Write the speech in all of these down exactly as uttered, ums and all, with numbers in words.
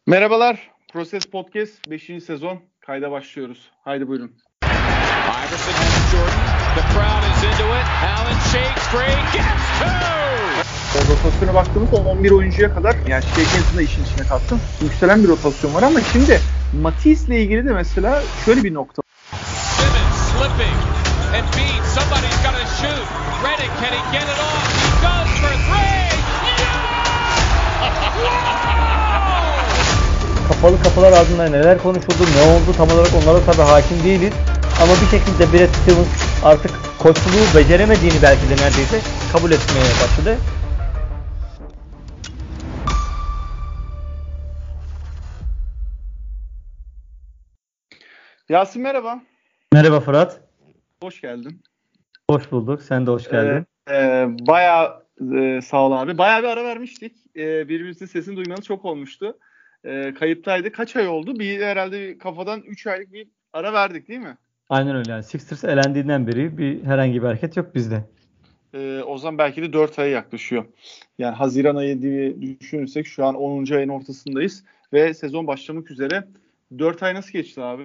Merhabalar. Proses Podcast beşinci sezon kayda başlıyoruz. Haydi buyurun. Iverson has Jordan. The crowd is into it. Allen shakes free. Gets two. Rotasyona baktığımız on bir oyuncuya kadar, yani Shaken's'ın da işin içine kattım. Yükselen bir rotasyon var ama şimdi Matis'le ilgili de mesela şöyle bir nokta. Simmons slipping. Embiid, somebody's got to shoot. Redick, can he get it off? He does for three. Kapalı kapılar ardında neler konuşuldu, ne oldu tam olarak onlara tabii hakim değiliz. Ama bir şekilde Brad Stevens artık koçluğu beceremediğini belki de neredeyse kabul etmeye başladı. Yasin merhaba. Merhaba Fırat. Hoş geldin. Hoş bulduk. Sen de hoş geldin. Ee, e, bayağı e, sağ ol abi. Bayağı bir ara vermiştik. E, birbirimizin sesini duymalı çok olmuştu. E, kayıptaydı. Kaç ay oldu? Bir herhalde kafadan üç aylık bir ara verdik değil mi? Aynen öyle yani. Sixers elendiğinden beri bir herhangi bir hareket yok bizde. E, o zaman belki de dört aya yaklaşıyor. Yani Haziran ayı diye düşünürsek şu an onuncu ayın ortasındayız ve sezon başlamak üzere. dört ay nasıl geçti abi?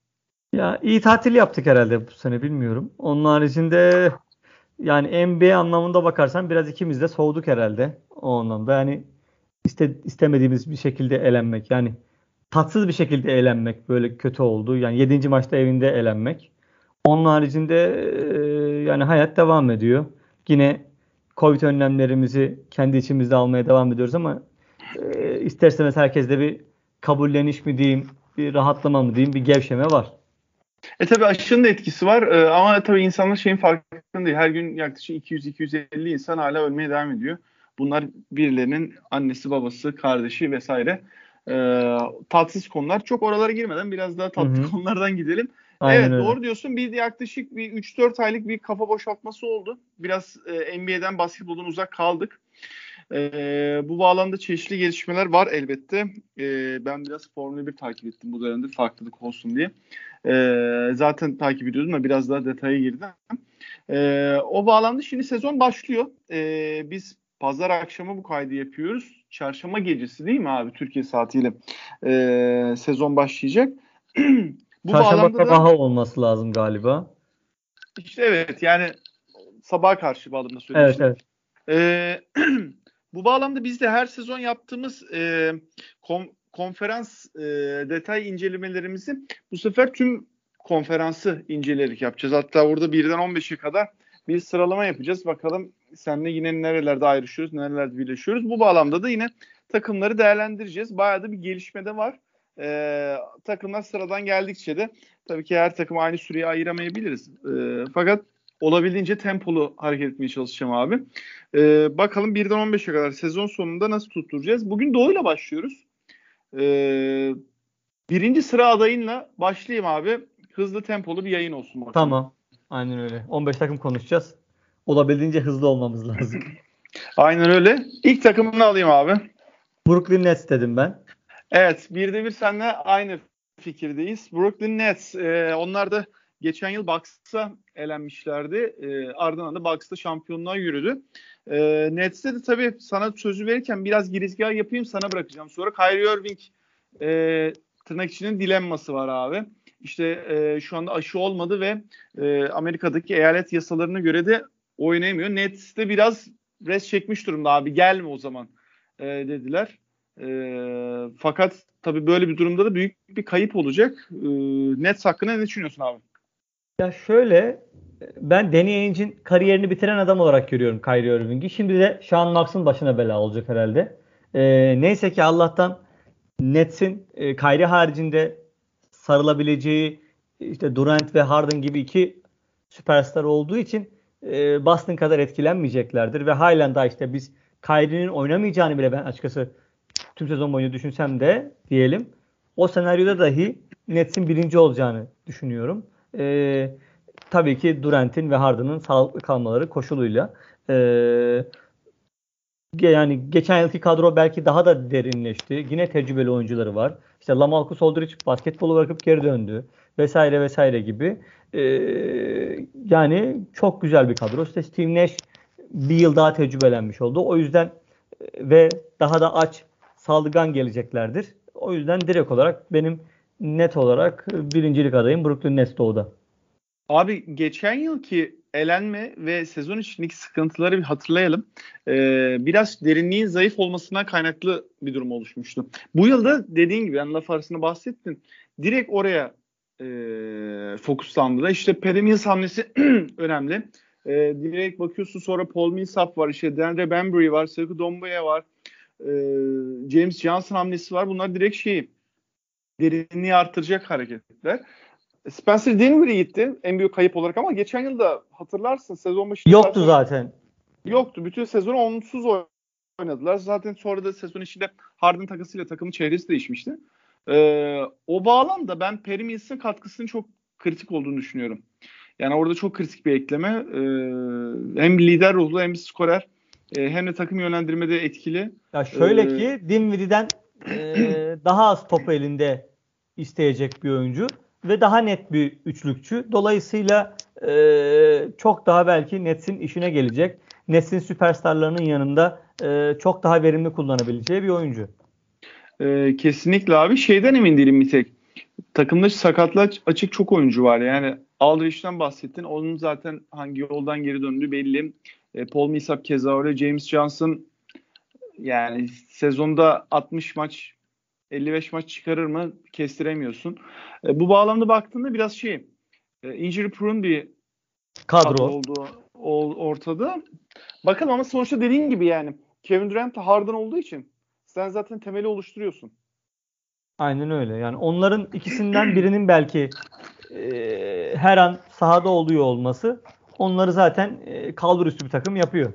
Ya iyi tatil yaptık herhalde bu sene, bilmiyorum. Onun haricinde yani N B A anlamında bakarsan biraz ikimiz de soğuduk herhalde o anlamda. Yani iste, istemediğimiz bir şekilde elenmek, yani tatsız bir şekilde elenmek böyle kötü oldu. Yani yedinci maçta evinde elenmek. Onun haricinde e, yani hayat devam ediyor. Yine Covid önlemlerimizi kendi içimizde almaya devam ediyoruz ama e, isterseniz herkeste bir kabulleniş mi diyeyim, bir rahatlama mı diyeyim, bir gevşeme var. E tabii aşının da etkisi var ee, ama tabii insanlar şeyin farkında değil. Her gün yaklaşık iki yüz iki yüz elli insan hala ölmeye devam ediyor. Bunlar birilerinin annesi, babası, kardeşi vesaire. Ee, tatsız konular. Çok oralara girmeden biraz daha tatlı Hı hı. konulardan gidelim. Aynen Evet öyle. doğru diyorsun. Bir yaklaşık bir üç dört aylık bir kafa boşaltması oldu. Biraz e, N B A'den, basketboldan uzak kaldık. Ee, bu bağlamda çeşitli gelişmeler var elbette. Ee, ben biraz Formula bir takip ettim bu dönemde farklılık olsun diye. Ee, zaten takip ediyordum da biraz daha detaya girdim. Ee, o bağlamda şimdi sezon başlıyor. Ee, biz pazar akşamı bu kaydı yapıyoruz. Çarşamba gecesi değil mi abi Türkiye saatiyle ee, sezon başlayacak. Bu Çarşamba bağlamda da sabahı olması lazım galiba. işte evet yani sabaha karşı bağlamda Evet, söylemiştim. evet. Ee, bu bağlamda biz de her sezon yaptığımız e, kom- konferans e, detay incelemelerimizi bu sefer tüm konferansı inceleyerek yapacağız. Hatta orada birden on beşe kadar bir sıralama yapacağız. Bakalım seninle yine nerelerde ayrışıyoruz, nerelerde birleşiyoruz. Bu bağlamda da yine takımları değerlendireceğiz. Bayağı da bir gelişme de var. Ee, takımlar sıradan geldikçe de tabii ki her takım aynı süreyi ayıramayabiliriz. Ee, fakat olabildiğince tempolu hareket etmeye çalışacağım abi. Ee, bakalım birden on beşe kadar sezon sonunda nasıl tutturacağız? Bugün Doğu'yla başlıyoruz. Ee, birinci sıra adayınla başlayayım abi. Hızlı tempolu bir yayın olsun bakalım. Tamam. Aynen öyle. on beş takım konuşacağız. Olabildiğince hızlı olmamız lazım. Aynen öyle. İlk takımını alayım abi. Brooklyn Nets dedim ben. Evet, bir de bir seninle aynı fikirdeyiz. Brooklyn Nets, e, onlar da geçen yıl Bucks'a elenmişlerdi. E, ardından da Bucks'ta şampiyonluğa yürüdü. E, Nets'te de tabii sana sözü verirken biraz girizgah yapayım, sana bırakacağım. Sonra Kyrie Irving e, tırnak içinin dilemması var abi. İşte e, şu anda aşı olmadı ve e, Amerika'daki eyalet yasalarına göre de oynayamıyor. Nets'te biraz res çekmiş durumda abi, gelme o zaman e, dediler. E, fakat tabii böyle bir durumda da büyük bir kayıp olacak. E, Nets hakkında ne düşünüyorsun abi? Ya şöyle, ben Danny Ainge'in kariyerini bitiren adam olarak görüyorum Kyrie Irving'i. Şimdi de Sean Marks'ın başına bela olacak herhalde. Ee, neyse ki Allah'tan Nets'in e, Kyrie haricinde sarılabileceği işte Durant ve Harden gibi iki süperstar olduğu için e, Boston kadar etkilenmeyeceklerdir ve halen daha işte biz Kyrie'nin oynamayacağını bile ben açıkçası tüm sezon boyunca düşünsem de diyelim, o senaryoda dahi Nets'in birinci olacağını düşünüyorum. Ee, tabii ki Durant'in ve Harden'ın sağlıklı kalmaları koşuluyla. Ee, yani geçen yılki kadro belki daha da derinleşti. Yine tecrübeli oyuncuları var. İşte LaMarcus Aldridge basketbolu bırakıp geri döndü. Vesaire vesaire gibi. Ee, yani çok güzel bir kadro. İşte Steve Nash bir yıl daha tecrübelenmiş oldu. O yüzden ve daha da aç, saldırgan geleceklerdir. O yüzden direkt olarak benim net olarak birincilik adayım Brooklyn Nets doğuda. Abi geçen yılki elenme ve sezon içindeki sıkıntıları bir hatırlayalım. Ee, biraz derinliğin zayıf olmasına kaynaklı bir durum oluşmuştu. Bu yılda dediğin gibi yani laf arasında bahsettin. Direkt oraya e, fokuslandılar. İşte Patty Mills hamlesi önemli. E, direkt bakıyorsun sonra Paul Millsap var. İşte DeAndre Bembry var. Sekou Doumbouya var. E, James Johnson hamlesi var. Bunlar direkt şeyi derinliği artıracak hareketler. Spencer Dinwiddie gitti en büyük kayıp olarak ama geçen yıl da hatırlarsın sezon başında yoktu zaten. Yoktu. Bütün sezonu onsuz oynadılar. Zaten sonra da sezon içinde Harden takasıyla takımın çevresi değişmişti. Ee, o bağlamda ben Patty Mills'in katkısının çok kritik olduğunu düşünüyorum. Yani orada çok kritik bir ekleme. Ee, hem lider ruhlu hem skorer e, hem de takım yönlendirmede etkili. Ya şöyle ee, ki Dinwiddie'den e, daha az topu elinde isteyecek bir oyuncu ve daha net bir üçlükçü. Dolayısıyla e, çok daha belki Nets'in işine gelecek. Nets'in süperstarlarının yanında e, çok daha verimli kullanabileceği bir oyuncu. E, kesinlikle abi. Şeyden emin değilim bir tek. Takımda sakatlığa açık çok oyuncu var. Yani Aldridge'den bahsettin. Onun zaten hangi yoldan geri döndüğü belli. E, Paul Millsap keza öyle. James Johnson yani sezonda altmış maç elli beş maç çıkarır mı kestiremiyorsun. E, bu bağlamda baktığında biraz şey e, injury prone bir kadro, kadro olduğu o, ortada. Bakalım ama sonuçta dediğin gibi yani Kevin Durant da Harden olduğu için sen zaten temeli oluşturuyorsun. Aynen öyle. Yani onların ikisinden birinin belki e, her an sahada oluyor olması onları zaten e, kalbur üstü bir takım yapıyor.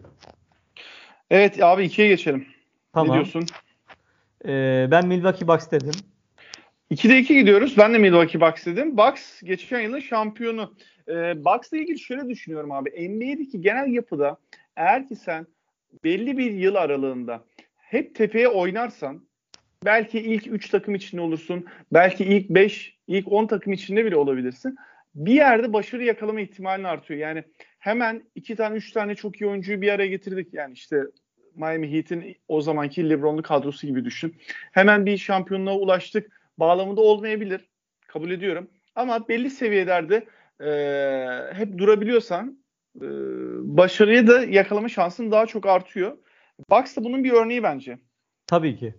Evet abi ikiye geçelim. Tamam. Ne diyorsun? E, ben Milwaukee Bucks dedim. ikide iki gidiyoruz. Ben de Milwaukee Bucks dedim. Bucks geçen yılın şampiyonu. Ee, Bucks'la ilgili şöyle düşünüyorum abi. N B A'deki genel yapıda eğer ki sen belli bir yıl aralığında hep tepeye oynarsan belki ilk üç takım içinde olursun. Belki ilk beş, ilk on takım içinde bile olabilirsin. Bir yerde başarı yakalama ihtimalin artıyor. Yani hemen iki tane, üç tane çok iyi oyuncuyu bir araya getirdik. Yani işte Miami Heat'in o zamanki LeBron'lu kadrosu gibi düşün. Hemen bir şampiyonluğa ulaştık. Bağlamında olmayabilir. Kabul ediyorum. Ama belli seviyelerde e, hep durabiliyorsan e, başarıyı da yakalama şansın daha çok artıyor. Bucks da bunun bir örneği bence. Tabii ki.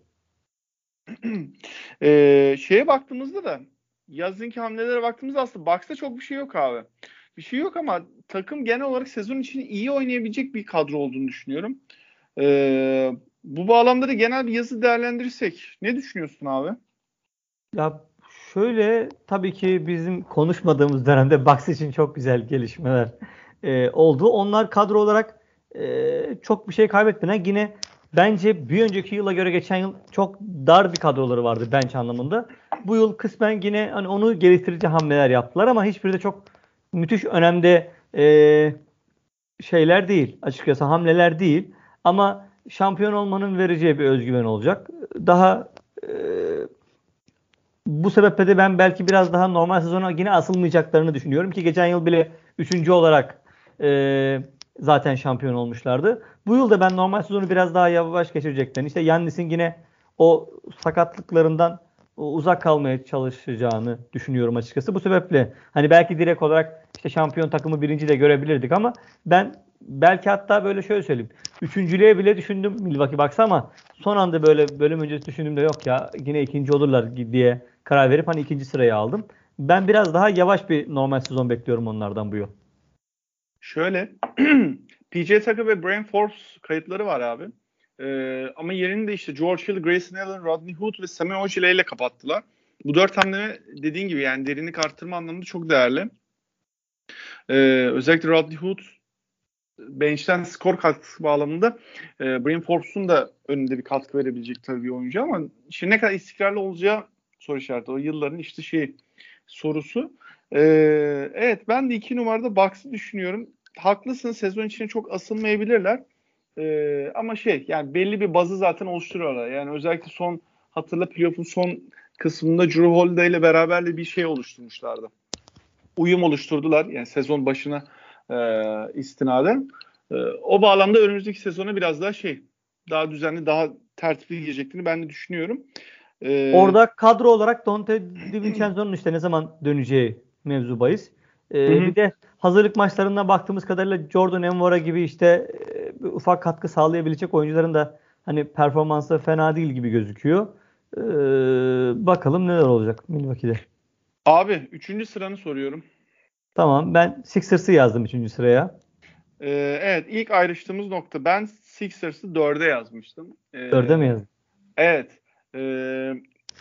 ee, şeye baktığımızda da yazınki hamlelere baktığımızda aslında Bucks'ta çok bir şey yok abi. Bir şey yok ama takım genel olarak sezon için iyi oynayabilecek bir kadro olduğunu düşünüyorum. Ee, bu bağlamda da genel bir yazı değerlendirirsek ne düşünüyorsun abi? Ya şöyle tabii ki bizim konuşmadığımız dönemde Bucks için çok güzel gelişmeler e, oldu. Onlar kadro olarak e, çok bir şey kaybetmeden yine bence bir önceki yıla göre geçen yıl çok dar bir kadroları vardı bench anlamında. Bu yıl kısmen yine hani onu geliştirici hamleler yaptılar ama hiçbiri de çok müthiş önemde e, şeyler değil. Açıkçası hamleler değil. Ama şampiyon olmanın vereceği bir özgüven olacak. Daha e, bu sebeple de ben belki biraz daha normal sezona yine asılmayacaklarını düşünüyorum ki geçen yıl bile üçüncü olarak e, zaten şampiyon olmuşlardı. Bu yıl da ben normal sezonu biraz daha yavaş geçireceklerini, işte Yannis'in yine o sakatlıklarından uzak kalmaya çalışacağını düşünüyorum açıkçası. Bu sebeple hani belki direkt olarak işte şampiyon takımı birinci de görebilirdik ama ben belki hatta böyle şöyle söyleyeyim. Üçüncülüğe bile düşündüm Milwaukee Bucks ama son anda böyle bölüm öncesi düşündüğümde yok ya yine ikinci olurlar diye karar verip hani ikinci sırayı aldım. Ben biraz daha yavaş bir normal sezon bekliyorum onlardan bu yıl. Şöyle P J Tucker ve Bryn Forbes kayıtları var abi. Ee, ama yerini de işte George Hill, Grayson Allen, Rodney Hood ve Semi Ojeleye ile kapattılar. Bu dört hamle dediğin gibi yani derinlik arttırma anlamında çok değerli. Ee, özellikle Rodney Hood bench'ten skor katkısı bağlamında e, Bryn Forbes'un da önünde bir katkı verebilecek tabii bir oyuncu ama şimdi ne kadar istikrarlı olacağı soru işareti. O yılların işte şey sorusu. Ee, evet ben de iki numarada Bucks'ı düşünüyorum. Haklısın sezon içine çok asılmayabilirler. Ee, ama şey yani belli bir bazı zaten oluşturuyorlar. Yani özellikle son hatırla playoff'un son kısmında Drew Holiday ile beraber de bir şey oluşturmuşlardı. Uyum oluşturdular. Yani sezon başına e, istinaden. E, o bağlamda önümüzdeki sezona biraz daha şey daha düzenli, daha tertipli gireceklerini ben de düşünüyorum. Ee, Orada kadro olarak Dante DiVincenzo'nun işte ne zaman döneceği mevzu bahis. Ee, Hı hı. Bir de hazırlık maçlarına baktığımız kadarıyla Jordan Nwora gibi işte e, bir ufak katkı sağlayabilecek oyuncuların da hani performansı fena değil gibi gözüküyor. Ee, bakalım neler olacak Milwaukee'de. Abi üçüncü sıranı soruyorum. Tamam, ben Sixers'ı yazdım üçüncü sıraya. Ee, evet, ilk ayrıştığımız nokta, ben Sixers'ı dörde yazmıştım. Dörde mi Ee, yazdın? evet. Ee,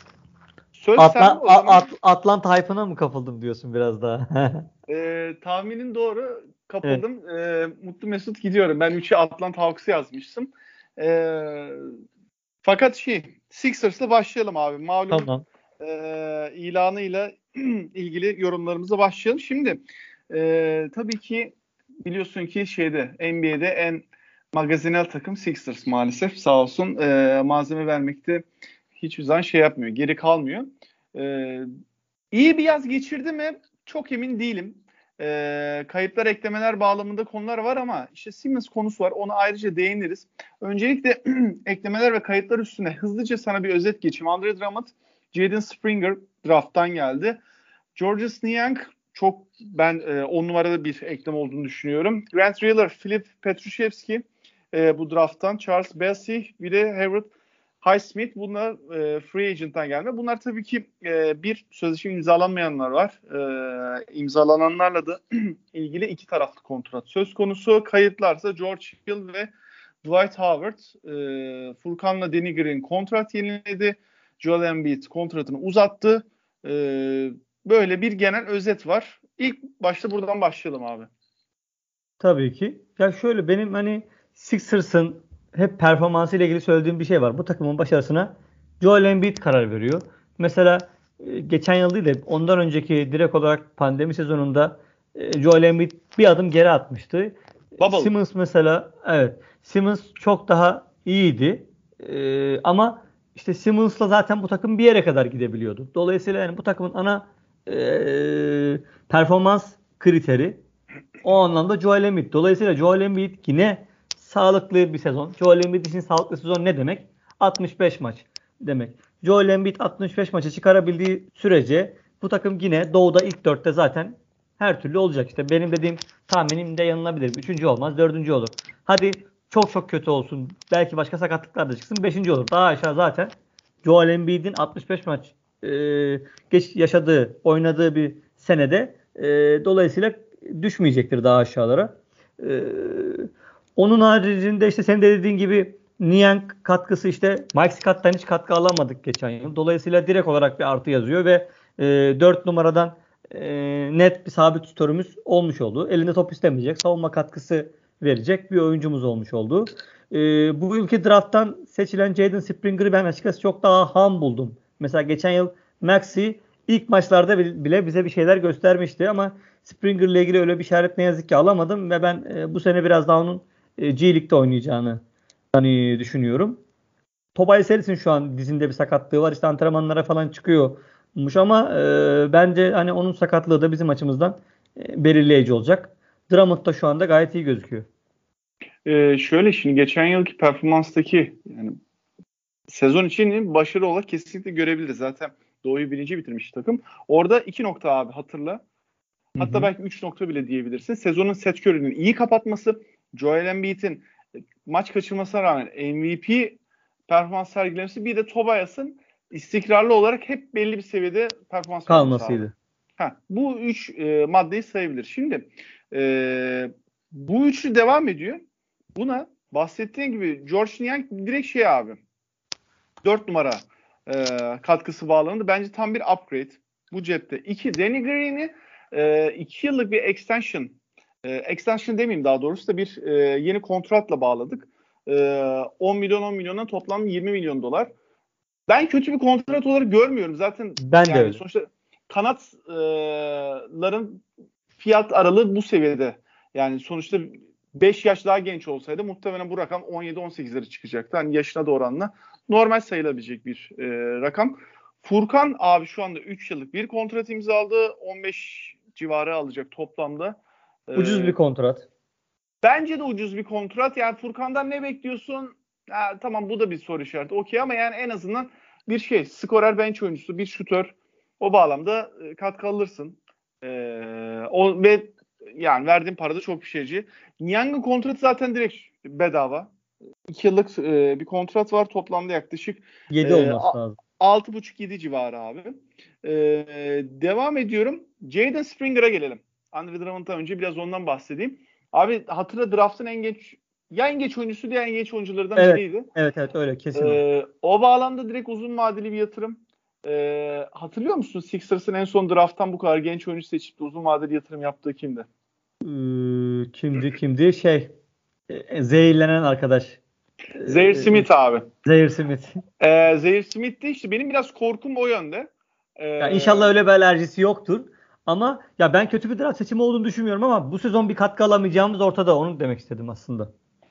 söz sende Atla, o A- zaman. At- Atlanta hype'ına mı kapıldım diyorsun biraz daha? Ee, tahminin doğru. Evet. Kapıldım. Ee, Mutlu Mesut gidiyorum. Ben üçe Atlanta Hawks'ı yazmıştım. Ee, fakat şey, Sixers'la başlayalım abi. Malum Tamam. e, ilanıyla ilgili yorumlarımıza başlayalım. Şimdi e, tabii ki biliyorsun ki şeyde N B A'de en magazinel takım Sixers maalesef. Sağ olsun e, malzeme vermekte hiçbir zaman şey yapmıyor. Geri kalmıyor. E, iyi bir yaz geçirdi mi? Çok emin değilim. E, kayıplar, eklemeler bağlamında konular var ama işte Simmons konusu var. Ona ayrıca değiniriz. Öncelikle eklemeler ve kayıtlar üstüne hızlıca sana bir özet geçeyim. Andre Drummond, Jaden Springer draft'tan geldi. Georges Niang çok, ben on e, numarada bir eklem olduğunu düşünüyorum. Grant Riller, Filip Petrushevski e, bu draft'tan. Charles Bassey, bir de Harold Highsmith, bunlar e, free agent'tan gelme. Bunlar tabii ki e, bir sözleşme imzalanmayanlar var. E, imzalananlarla da ilgili iki taraflı kontrat söz konusu. Kayıtlarsa George Hill ve Dwight Howard. E, Furkan'la Danny Green kontrat yeniledi. Joel Embiid kontratını uzattı. E, böyle bir genel özet var. İlk başta buradan başlayalım abi. Tabii ki. Ya şöyle, benim hani Sixers'ın hep performansıyla ilgili söylediğim bir şey var. Bu takımın başarısına Joel Embiid karar veriyor. Mesela e, geçen yıl değil de ondan önceki direkt olarak pandemi sezonunda e, Joel Embiid bir adım geri atmıştı. Bubble. Simmons mesela, evet, Simmons çok daha iyiydi. E, ama işte Simmons'la zaten bu takım bir yere kadar gidebiliyordu. Dolayısıyla yani bu takımın ana e, performans kriteri o anlamda Joel Embiid. Dolayısıyla Joel Embiid yine sağlıklı bir sezon. Joel Embiid için sağlıklı sezon ne demek? altmış beş maç demek. Joel Embiid altmış beş maçı çıkarabildiği sürece bu takım yine doğuda ilk dörtte zaten her türlü olacak. İşte benim dediğim tahminim de yanılabilir. Üçüncü olmaz, dördüncü olur. Hadi çok çok kötü olsun. Belki başka sakatlıklar da çıksın. Beşinci olur. Daha aşağı zaten Joel Embiid'in altmış beş maç e, geç yaşadığı, oynadığı bir senede e, dolayısıyla düşmeyecektir daha aşağılara. Ee, onun haricinde işte senin de dediğin gibi Niang katkısı, işte Mike Scott'tan hiç katkı alamadık geçen yıl. Dolayısıyla direkt olarak bir artı yazıyor ve e, dört numaradan e, net bir sabit stopörümüz olmuş oldu. Elinde top istemeyecek, savunma katkısı verecek bir oyuncumuz olmuş oldu. E, bu yılki drafttan seçilen Jaden Springer'ı ben açıkçası çok daha ham buldum. Mesela geçen yıl Maxey ilk maçlarda bile bize bir şeyler göstermişti ama Springer ile ilgili öyle bir işaret ne yazık ki alamadım ve ben e, bu sene biraz daha onun e, G League'de oynayacağını hani düşünüyorum. Tobias Harris'in şu an dizinde bir sakatlığı var. İşte antrenmanlara falan çıkıyormuş ama e, bence hani onun sakatlığı da bizim açımızdan e, belirleyici olacak. Drummond da şu anda gayet iyi gözüküyor. Ee, şöyle, şimdi geçen yılki performanstaki, yani sezon için başarı olarak kesinlikle görebiliriz. Zaten Doğu'yu birinci bitirmiş takım. Orada iki nokta abi, hatırla. Hatta Hı hı. belki üç nokta bile diyebilirsin. Sezonun Seth Curry'nin iyi kapatması, Joel Embiid'in maç kaçırmasına rağmen M V P performans sergilemesi, bir de Tobias'ın istikrarlı olarak hep belli bir seviyede performans vermesi abi. Kalmasıydı. Ha, bu üç e, maddeyi sayabilir. Şimdi e, bu üçlü devam ediyor. Buna bahsettiğin gibi George Niang direkt şey abi, dört numara e, katkısı bağlandı. Bence tam bir upgrade bu cepte. İki, Danny Green'i e, iki yıllık bir extension, e, extension demeyeyim daha doğrusu da bir e, yeni kontratla bağladık. E, on milyon on milyona toplam yirmi milyon dolar. Ben kötü bir kontrat olarak görmüyorum. Zaten Ben de yani öyle. sonuçta kanatların fiyat aralığı bu seviyede. Yani sonuçta beş yaş daha genç olsaydı muhtemelen bu rakam on yedi on sekizlere çıkacaktı. Hani yaşına da oranla normal sayılabilecek bir e, rakam. Furkan abi şu anda üç yıllık bir kontrat imzaladı. on beş civarı alacak toplamda. E, Ucuz bir kontrat. Bence de ucuz bir kontrat. Yani Furkan'dan ne bekliyorsun? Ha, tamam, bu da bir soru işareti. Okey, ama yani en azından bir şey. Skorer, bench oyuncusu, bir şutör. O bağlamda e, katkı alırsın. E, o ve yani verdiğin para da çok bir şeyci. Niang'ın kontratı zaten direkt bedava. iki yıllık e, bir kontrat var. Toplamda yaklaşık yedi e, olması lazım. altı buçuk yedi civarı abi. E, devam ediyorum. Jaden Springer'a gelelim. Andre Drummond'dan önce biraz ondan bahsedeyim. Abi hatırla, draft'ın en genç ya en genç oyuncusu ya en genç oyunculardan Evet, biriydi. evet evet öyle kesin. E, o bağlamda direkt uzun vadeli bir yatırım. E, hatırlıyor musun Sixers'ın en son draft'tan bu kadar genç oyuncu seçip de uzun vadeli yatırım yaptığı kimdi? Ee, kimdi kimdi şey e, zehirlenen arkadaş. Zaire Smith abi. Zaire Smith. Ee, Zaire Smith'ti işte, benim biraz korkum o yönde. Ee, Ya inşallah öyle bir alerjisi yoktur. Ama ya ben kötü bir draft seçimi olduğunu düşünmüyorum ama bu sezon bir katkı alamayacağımız ortada. Onu demek istedim aslında.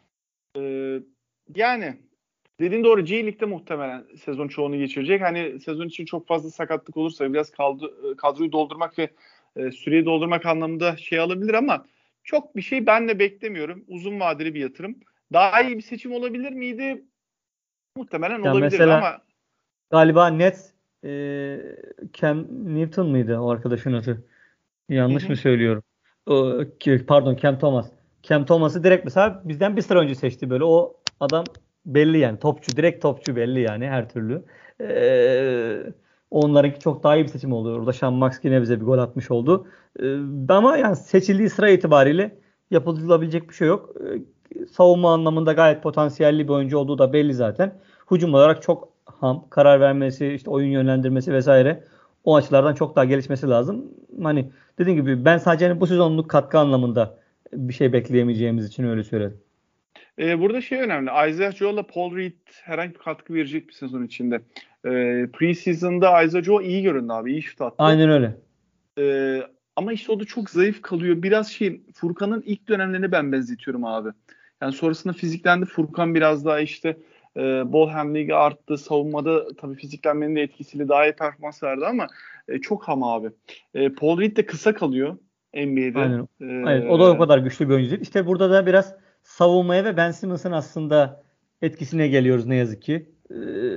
E, yani dediğin doğru, G League'de muhtemelen sezon çoğunu geçirecek. Hani sezon için çok fazla sakatlık olursa biraz kaldı, kadroyu doldurmak ve e, süreyi doldurmak anlamında şey alabilir ama çok bir şey ben de beklemiyorum. Uzun vadeli bir yatırım. Daha iyi bir seçim olabilir miydi? Muhtemelen Ya olabilirdi mesela ama galiba Nets e, Cam Newton mıydı o arkadaşın adı? Yanlış Hı mı hı. söylüyorum? O, ki- pardon Cam Thomas. Cam Thomas'ı direkt mesela bizden bir sıra önce seçti böyle. O adam belli yani. Topçu. Direkt topçu belli yani her türlü. Ee, onlarınki çok daha iyi bir seçim oldu. Orada Sean Marks yine bize bir gol atmış oldu. Ee, ama yani seçildiği sıra itibariyle yapılabilecek bir şey yok. Ee, savunma anlamında gayet potansiyelli bir oyuncu olduğu da belli zaten. Hücum olarak çok ham. Karar vermesi, işte oyun yönlendirmesi vesaire. O açılardan çok daha gelişmesi lazım. Hani dediğim gibi ben sadece hani bu sezonluk katkı anlamında bir şey bekleyemeyeceğimiz için öyle söyledim. Ee, burada şey önemli. Isaiah Joe'la Paul Reed herhangi bir katkı verecek bir sezon içinde. Ee, Preseason'da Isaiah Joe iyi göründü abi. İyi şut attı. Aynen öyle. Ee, ama işte o da çok zayıf kalıyor. Biraz şey, Furkan'ın ilk dönemlerini ben benzetiyorum abi. Yani sonrasında fiziklendi. Furkan biraz daha işte e, ball handling'i arttı. Savunmada tabii fiziklenmenin de etkisiyle daha iyi performans verdi ama e, çok ham abi. E, Paul Reed de kısa kalıyor N B A'de. Aynen. Aynen. O da o Ee, kadar güçlü bir oyuncu değil. İşte burada da biraz savunmaya ve Ben Simmons'ın aslında etkisine geliyoruz ne yazık ki. Ee,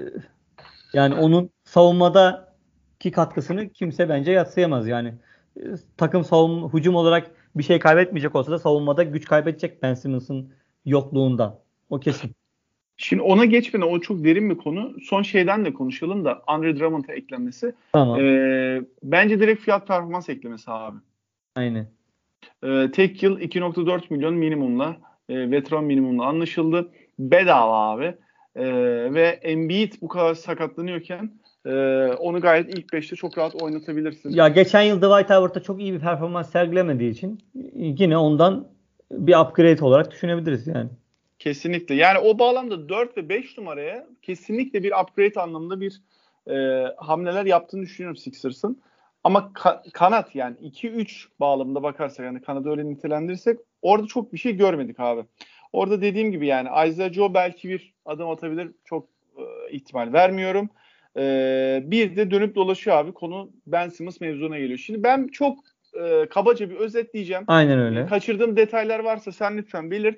yani onun savunmadaki katkısını kimse bence yadsıyamaz. Yani e, takım savunma, hücum olarak bir şey kaybetmeyecek olsa da savunmada güç kaybedecek Ben Simmons'ın yokluğundan. O kesin. Şimdi ona geçmeden, o çok derin bir konu. Son şeyden de konuşalım da, Andre Drummond'a eklenmesi. Tamam. Ee, bence direkt fiyat performans eklemesi abi. Aynen. Ee, tek yıl iki nokta dört milyon minimumla, e, veteran minimumla anlaşıldı. Bedava abi. Ee, ve Embiid bu kadar sakatlanıyorken e, onu gayet ilk beşte çok rahat oynatabilirsin. Ya geçen yıl Dwight Howard'da çok iyi bir performans sergilemediği için yine ondan bir upgrade olarak düşünebiliriz yani. Kesinlikle. Yani o bağlamda dört ve beş numaraya kesinlikle bir upgrade anlamında bir e, hamleler yaptığını düşünüyorum Sixers'ın. Ama ka- kanat, yani iki üç bağlamında bakarsak, yani kanadı öyle nitelendirirsek, orada çok bir şey görmedik abi. Orada dediğim gibi yani Isaiah Joe belki bir adım atabilir. Çok e, ihtimal vermiyorum. E, bir de dönüp dolaşıyor abi. Konu Ben Simmons mevzuna geliyor. Şimdi ben çok e, kabaca bir özetleyeceğim. Aynen E, öyle. kaçırdığım detaylar varsa sen lütfen belirt.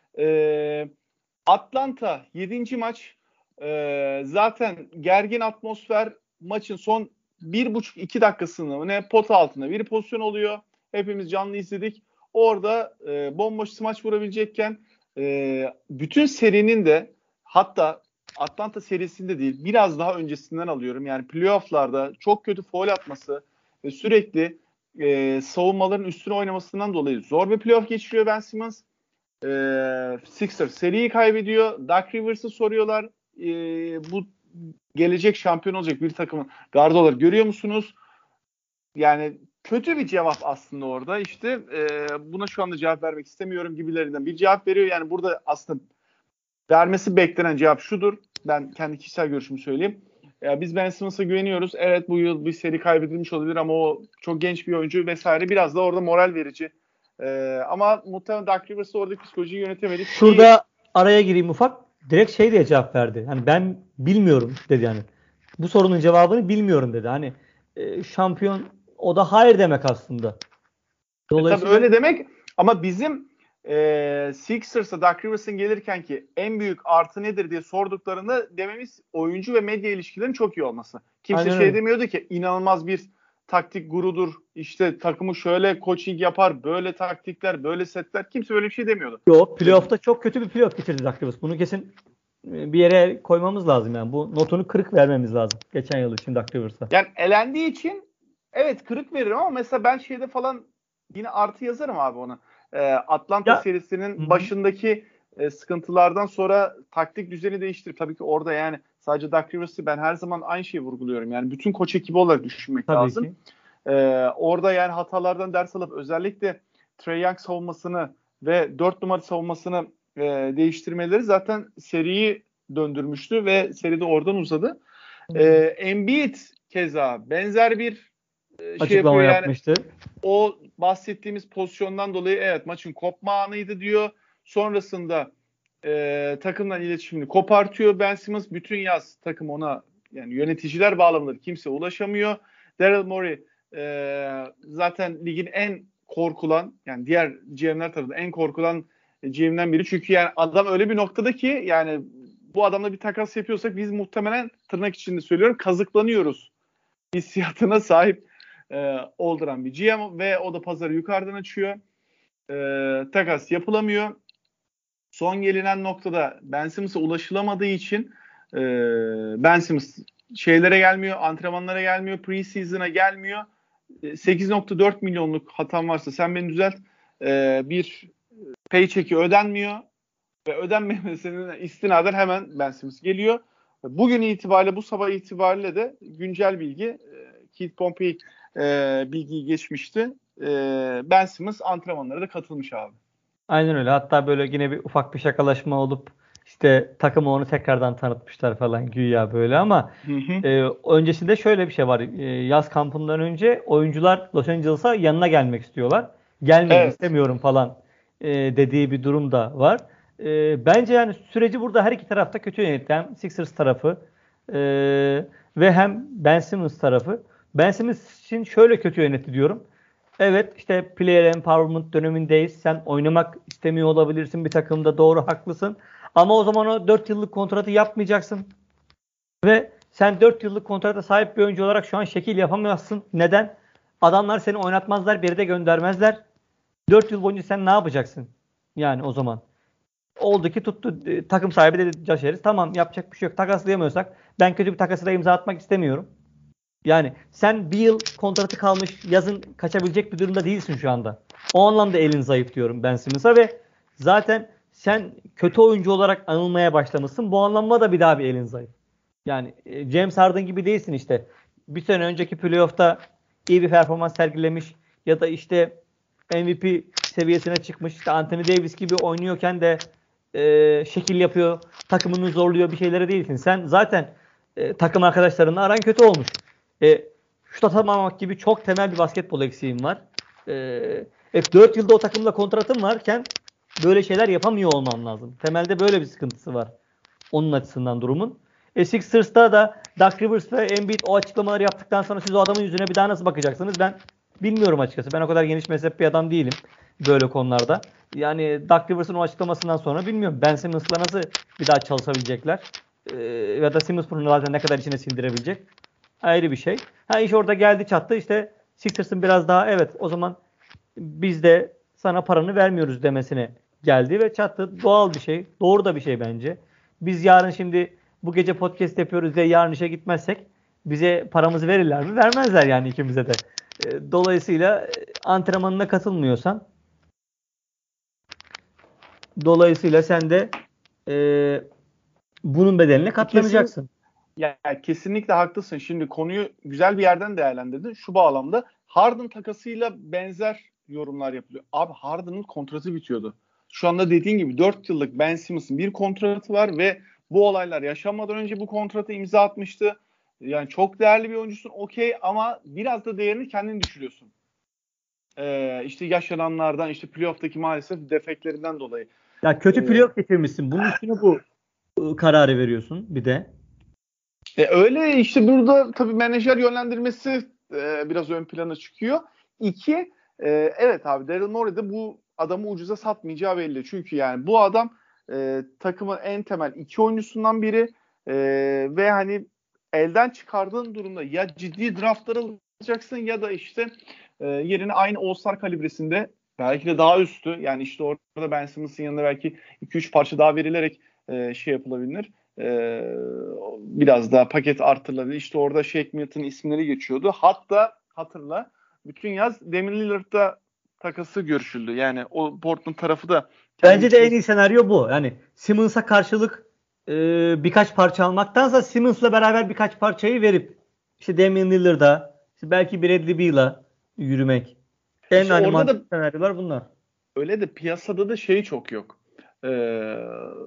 E, Atlanta yedinci maç, e, zaten gergin atmosfer, maçın son bir buçuk iki dakikasını ne pota altında bir pozisyon oluyor. Hepimiz canlı izledik. Orada e, bomboş smaç vurabilecekken e, bütün serinin de, hatta Atlanta serisinde değil biraz daha öncesinden alıyorum. Yani playofflarda çok kötü faul atması ve sürekli e, savunmaların üstüne oynamasından dolayı zor bir playoff geçiriyor Ben Simmons. Ee, Sixers seriyi kaybediyor. Doc Rivers'ı soruyorlar. Ee, bu gelecek şampiyon olacak bir takımın gardı olarak görüyor musunuz? Yani kötü bir cevap aslında orada. İşte e, buna şu anda cevap vermek istemiyorum gibilerinden bir cevap veriyor. Yani burada aslında vermesi beklenen cevap şudur. Ben kendi kişisel görüşümü söyleyeyim. Ya biz Ben Simmons'a güveniyoruz. Evet, bu yıl bir seri kaybedilmiş olabilir ama o çok genç bir oyuncu vesaire. Biraz da orada moral verici. Ee, ama muhtemelen Doc Rivers'ı oradaki psikolojiyi yönetemedik. Şurada ki... araya gireyim ufak. Direkt şey diye cevap verdi. Hani ben bilmiyorum dedi yani. Bu sorunun cevabını bilmiyorum dedi. Hani e, şampiyon, o da hayır demek aslında. Dolayısıyla... E, tabii öyle demek ama bizim e, Sixers'a Doc Rivers'ın gelirken ki en büyük artı nedir diye sorduklarında dememiz oyuncu ve medya ilişkilerinin çok iyi olması. Kimse Aynen şey öyle. demiyordu ki inanılmaz bir taktik gurudur. İşte takımı şöyle coaching yapar, böyle taktikler, böyle setler. Kimse böyle bir şey demiyordu. Yok, playoff'ta çok kötü bir playoff bitirdi Doc Rivers. Bunu kesin bir yere koymamız lazım yani. Bu notunu kırık vermemiz lazım geçen yıl için Doc Rivers'a. Yani elendiği için evet kırık veririm ama mesela ben şeyde falan yine artı yazarım abi ona. Ee, Atlanta Ya, serisinin hı-hı. başındaki e, sıkıntılardan sonra taktik düzeni değiştirip tabii ki orada yani sadece Doc Rivers'ı ben her zaman aynı şeyi vurguluyorum. Yani bütün koç ekibi olarak düşünmek Tabii lazım. ki. Ee, orada yani hatalardan ders alıp özellikle Trae Young savunmasını ve dört numara savunmasını e, değiştirmeleri zaten seriyi döndürmüştü ve seri de oradan uzadı. Ee, Embiid keza benzer bir e, şey Açıklama yapıyor yani. yapmıştı. O bahsettiğimiz pozisyondan dolayı evet maçın kopma anıydı diyor. Sonrasında e, takımdan iletişimini kopartıyor. Ben Simmons bütün yaz takım ona yani yöneticiler bağlamında kimse ulaşamıyor. Daryl Morey e, zaten ligin en korkulan yani diğer G M'ler tarafından en korkulan G M'den biri. Çünkü yani adam öyle bir noktada ki yani bu adamla bir takas yapıyorsak biz muhtemelen tırnak içinde söylüyorum kazıklanıyoruz hissiyatına sahip e, olduran bir G M ve o da pazarı yukarıdan açıyor. E, takas yapılamıyor. Son gelinen noktada Ben Simmons'a ulaşılamadığı için e, Ben Simmons şeylere gelmiyor, antrenmanlara gelmiyor, preseason'a gelmiyor. E, sekiz nokta dört milyonluk hatam varsa sen beni düzelt. E, bir paycheck'i ödenmiyor ve ödenmemesine istinaden hemen Ben Simmons geliyor. Bugün itibariyle, bu sabah itibariyle de güncel bilgi, Keith Pompey e, bilgiyi geçmişti. E, Ben Simmons antrenmanlara da katılmış abi. Aynen öyle. Hatta böyle yine bir ufak bir şakalaşma olup işte takımı onu tekrardan tanıtmışlar falan güya böyle ama Hı hı. e, öncesinde şöyle bir şey var. E, yaz kampından önce oyuncular Los Angeles'a yanına gelmek istiyorlar. Gelmeyin Evet. istemiyorum falan e, dediği bir durum da var. E, bence yani süreci burada her iki tarafta kötü yöneten Sixers tarafı e, ve hem Ben Simmons tarafı. Ben Simmons için şöyle kötü yönetti diyorum. Evet işte player empowerment dönemindeyiz. Sen oynamak istemiyor olabilirsin bir takımda, doğru, haklısın. Ama o zaman o dört yıllık kontratı yapmayacaksın. Ve sen dört yıllık kontrata sahip bir oyuncu olarak şu an şekil yapamazsın. Neden? Adamlar seni oynatmazlar, bir de göndermezler. dört yıl boyunca sen ne yapacaksın? Yani o zaman. Oldu ki tuttu e, takım sahibi dedi Josh Harris. Tamam yapacak bir şey yok. Takaslayamıyorsak ben kötü bir takasla imza atmak istemiyorum. Yani sen bir yıl kontratı kalmış yazın kaçabilecek bir durumda değilsin şu anda. O anlamda elin zayıf diyorum Ben Simmons'a ve zaten sen kötü oyuncu olarak anılmaya başlamışsın. Bu anlamda da bir daha bir elin zayıf. Yani e, James Harden gibi değilsin işte. Bir sene önceki playoff'ta iyi bir performans sergilemiş ya da işte M V P seviyesine çıkmış. İşte Anthony Davis gibi oynuyorken de e, şekil yapıyor, takımını zorluyor bir şeylere değilsin. Sen zaten e, takım arkadaşlarınla aran kötü olmuş. E, şut atamamak gibi çok temel bir basketbol eksiğim var. E, e, dört yılda o takımla kontratım varken böyle şeyler yapamıyor olmam lazım. Temelde böyle bir sıkıntısı var. Onun açısından durumun. E, Sixers'ta da Doc Rivers ve Embiid o açıklamaları yaptıktan sonra siz o adamın yüzüne bir daha nasıl bakacaksınız? Ben bilmiyorum açıkçası. Ben o kadar geniş mezhep bir adam değilim böyle konularda. Yani Doc Rivers'ın o açıklamasından sonra bilmiyorum. Ben Simmons'la nasıl bir daha çalışabilecekler? E, ya da Simmons bunu zaten ne kadar içine sindirebilecek? Ayrı bir şey. Ha iş orada geldi çattı. İşte Sixers'ın biraz daha evet o zaman biz de sana paranı vermiyoruz demesine geldi ve çattı. Doğal bir şey. Doğru da bir şey bence. Biz yarın şimdi bu gece podcast yapıyoruz diye yarın işe gitmezsek bize paramızı verirler mi? Vermezler yani ikimize de. Dolayısıyla antrenmanına katılmıyorsan dolayısıyla sen de e, bunun bedelini katlanacaksın. Kesin, ya, kesinlikle haklısın. Şimdi konuyu güzel bir yerden değerlendirdin. Şu bağlamda Harden takasıyla benzer yorumlar yapılıyor. Abi Harden'ın kontratı bitiyordu. Şu anda dediğin gibi dört yıllık Ben Simmons'ın bir kontratı var ve bu olaylar yaşanmadan önce bu kontratı imza atmıştı. Yani çok değerli bir oyuncusun okey ama biraz da değerini kendin düşürüyorsun. Ee, işte yaşananlardan işte playoff'taki maalesef defeklerinden dolayı. Ya kötü Ee, playoff geçirmişsin. Bunun üstüne bu ıı, kararı veriyorsun bir de. E öyle işte burada tabii menajer yönlendirmesi e, biraz ön plana çıkıyor. İki, e, evet abi Daryl Morey'de bu adamı ucuza satmayacağı belli. Çünkü yani bu adam e, takımın en temel iki oyuncusundan biri e, ve hani elden çıkardığın durumda ya ciddi draftlar alacaksın ya da işte e, yerine aynı All-Star kalibresinde belki de daha üstü, yani işte orada Ben Simmons'ın yanında belki iki üç parça daha verilerek e, şey yapılabilir. E, biraz daha paket artırılabilir. İşte orada Shake Milton'ın isimleri geçiyordu. Hatta hatırla bütün yaz Damian Lillard'da takası görüşüldü. Yani o Portland tarafı da bence de en iyi senaryo bu. Yani Simmons'a karşılık e, birkaç parça almaktansa Simmons'la beraber birkaç parçayı verip işte Damian Lillard'a, işte belki Bradley Beal'a yürümek. En İşte hani orada mantıklı da senaryolar bunlar. öyle de piyasada da şey çok yok. Ee,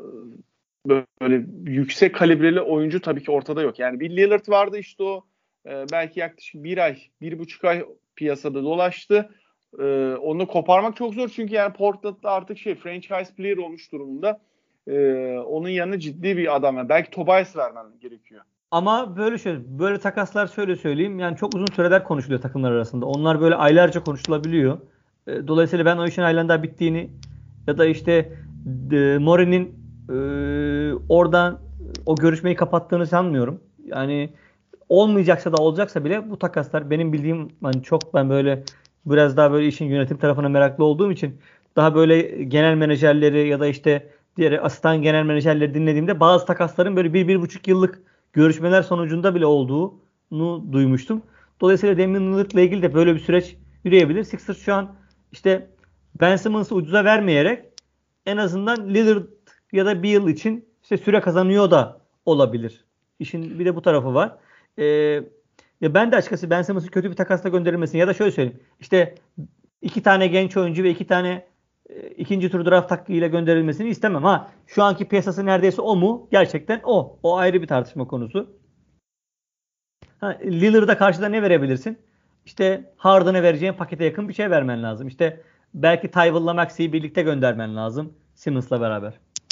böyle yüksek kalibreli oyuncu tabii ki ortada yok. Yani bir Lillard vardı işte o e, belki yaklaşık bir ay, bir buçuk ay piyasada dolaştı. Ee, onu koparmak çok zor çünkü yani Portland'da artık şey franchise player olmuş durumunda. Ee, onun yanına ciddi bir adam. Yani belki Tobias vermen gerekiyor. Ama böyle şöyle, böyle takaslar şöyle söyleyeyim. Yani çok uzun süreler konuşuluyor takımlar arasında. Onlar böyle aylarca konuşulabiliyor. E, Dolayısıyla ben o işin halen daha bittiğini ya da işte e, Murray'nin e, oradan o görüşmeyi kapattığını sanmıyorum. Yani olmayacaksa da olacaksa bile bu takaslar benim bildiğim, hani çok, ben böyle biraz daha böyle işin yönetim tarafına meraklı olduğum için daha böyle genel menajerleri ya da işte diğer asistan genel menajerleri dinlediğimde bazı takasların böyle bir, bir buçuk yıllık görüşmeler sonucunda bile olduğunu duymuştum. Dolayısıyla Damian Lillard'la ilgili de böyle bir süreç yürüyebilir. Sixers şu an işte Ben Simmons'ı ucuza vermeyerek en azından Lillard ya da Beal için işte süre kazanıyor da olabilir. İşin bir de bu tarafı var. Ee, ya ben de açıkçası Ben Simmons'ın kötü bir takasla gönderilmesini ya da şöyle söyleyeyim. İşte iki tane genç oyuncu ve iki tane e, ikinci tur draft hakkıyla gönderilmesini istemem. Ha, şu anki piyasası neredeyse o mu? Gerçekten o. O ayrı bir tartışma konusu. Ha, Lillard'a karşıda ne verebilirsin? İşte Harden'a vereceğin pakete yakın bir şey vermen lazım. İşte belki Tyval'la Maxi'yi birlikte göndermen lazım Simmons'la beraber.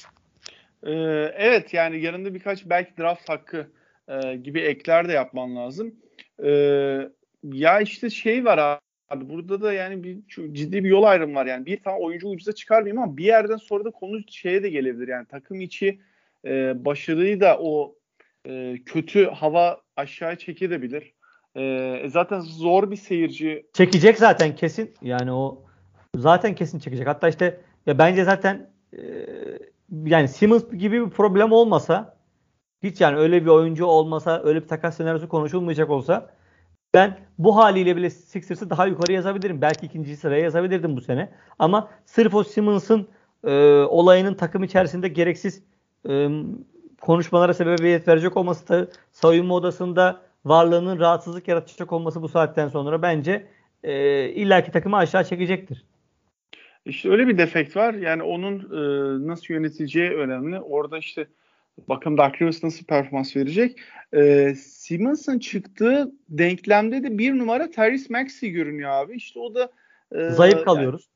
Ee, evet yani yanında birkaç belki draft hakkı e, gibi ekler de yapman lazım. Ee, ya işte şey var abi, burada da yani bir çok ciddi bir yol ayrımı var. Yani bir tane oyuncu ucuza çıkarmayayım ama bir yerden sonra da konu şeye de gelebilir. Yani takım içi e, başarıyı da o e, kötü hava aşağıya çekebilir. E, zaten zor bir seyirci. Çekecek zaten kesin. Yani o zaten kesin çekecek. Hatta işte ya bence zaten e, yani Simmons gibi bir problem olmasa, hiç yani öyle bir oyuncu olmasa, öyle bir takas senaryosu konuşulmayacak olsa, ben bu haliyle bile Sixers'ı daha yukarı yazabilirim. Belki ikinci sıraya yazabilirdim bu sene. Ama sırf o Simmons'ın e, olayının takım içerisinde gereksiz e, konuşmalara sebebiyet verecek olması da, soyunma odasında varlığının rahatsızlık yaratacak olması bu saatten sonra bence e, illaki takımı aşağı çekecektir. İşte öyle bir defekt var. Yani onun e, nasıl yönetileceği önemli. Orada işte bakalım Doug Rivers nasıl performans verecek. E, Simmons'ın çıktığı denklemde de bir numara Tyrese Maxey görünüyor abi. İşte o da e, Zayıf yani kalıyoruz.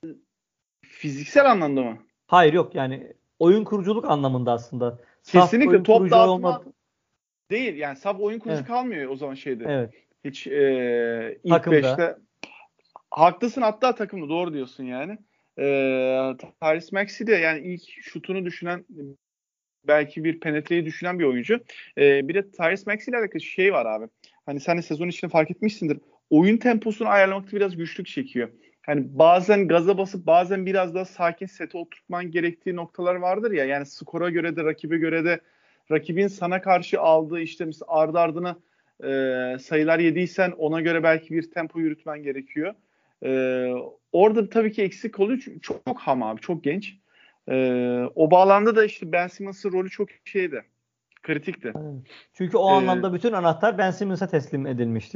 fiziksel anlamda mı? Hayır, yok yani oyun kuruculuk anlamında aslında. Saf Kesinlikle oyun top kurucu dağıtma olmadı. değil. Yani saf oyun kurucu Evet. kalmıyor o zaman şeyde. Evet. Hiç e, ilk Takımda. beşte. Haklısın, hatta takımda doğru diyorsun yani. E, Tyrese Maxey de yani ilk şutunu düşünen, belki bir penetreyi düşünen bir oyuncu. Ee, bir de Tyrese Maxey ile alakalı şey var abi. Hani sen de sezon içinde fark etmişsindir. Oyun temposunu ayarlamakta biraz güçlük çekiyor. Hani bazen gaza basıp bazen biraz daha sakin sete oturtman gerektiği noktalar vardır ya. Yani skora göre de rakibe göre de rakibin sana karşı aldığı işte mesela ardı ardına e, sayılar yediysen ona göre belki bir tempo yürütmen gerekiyor. E, orada tabii ki eksik oluyor. Çünkü çok, çok ham abi. Çok genç. Ee, o bağlamda da işte Ben Simmons'ın rolü çok şeydi. Kritikti. Çünkü o Ee, anlamda bütün anahtar Ben Simmons'a teslim edilmişti.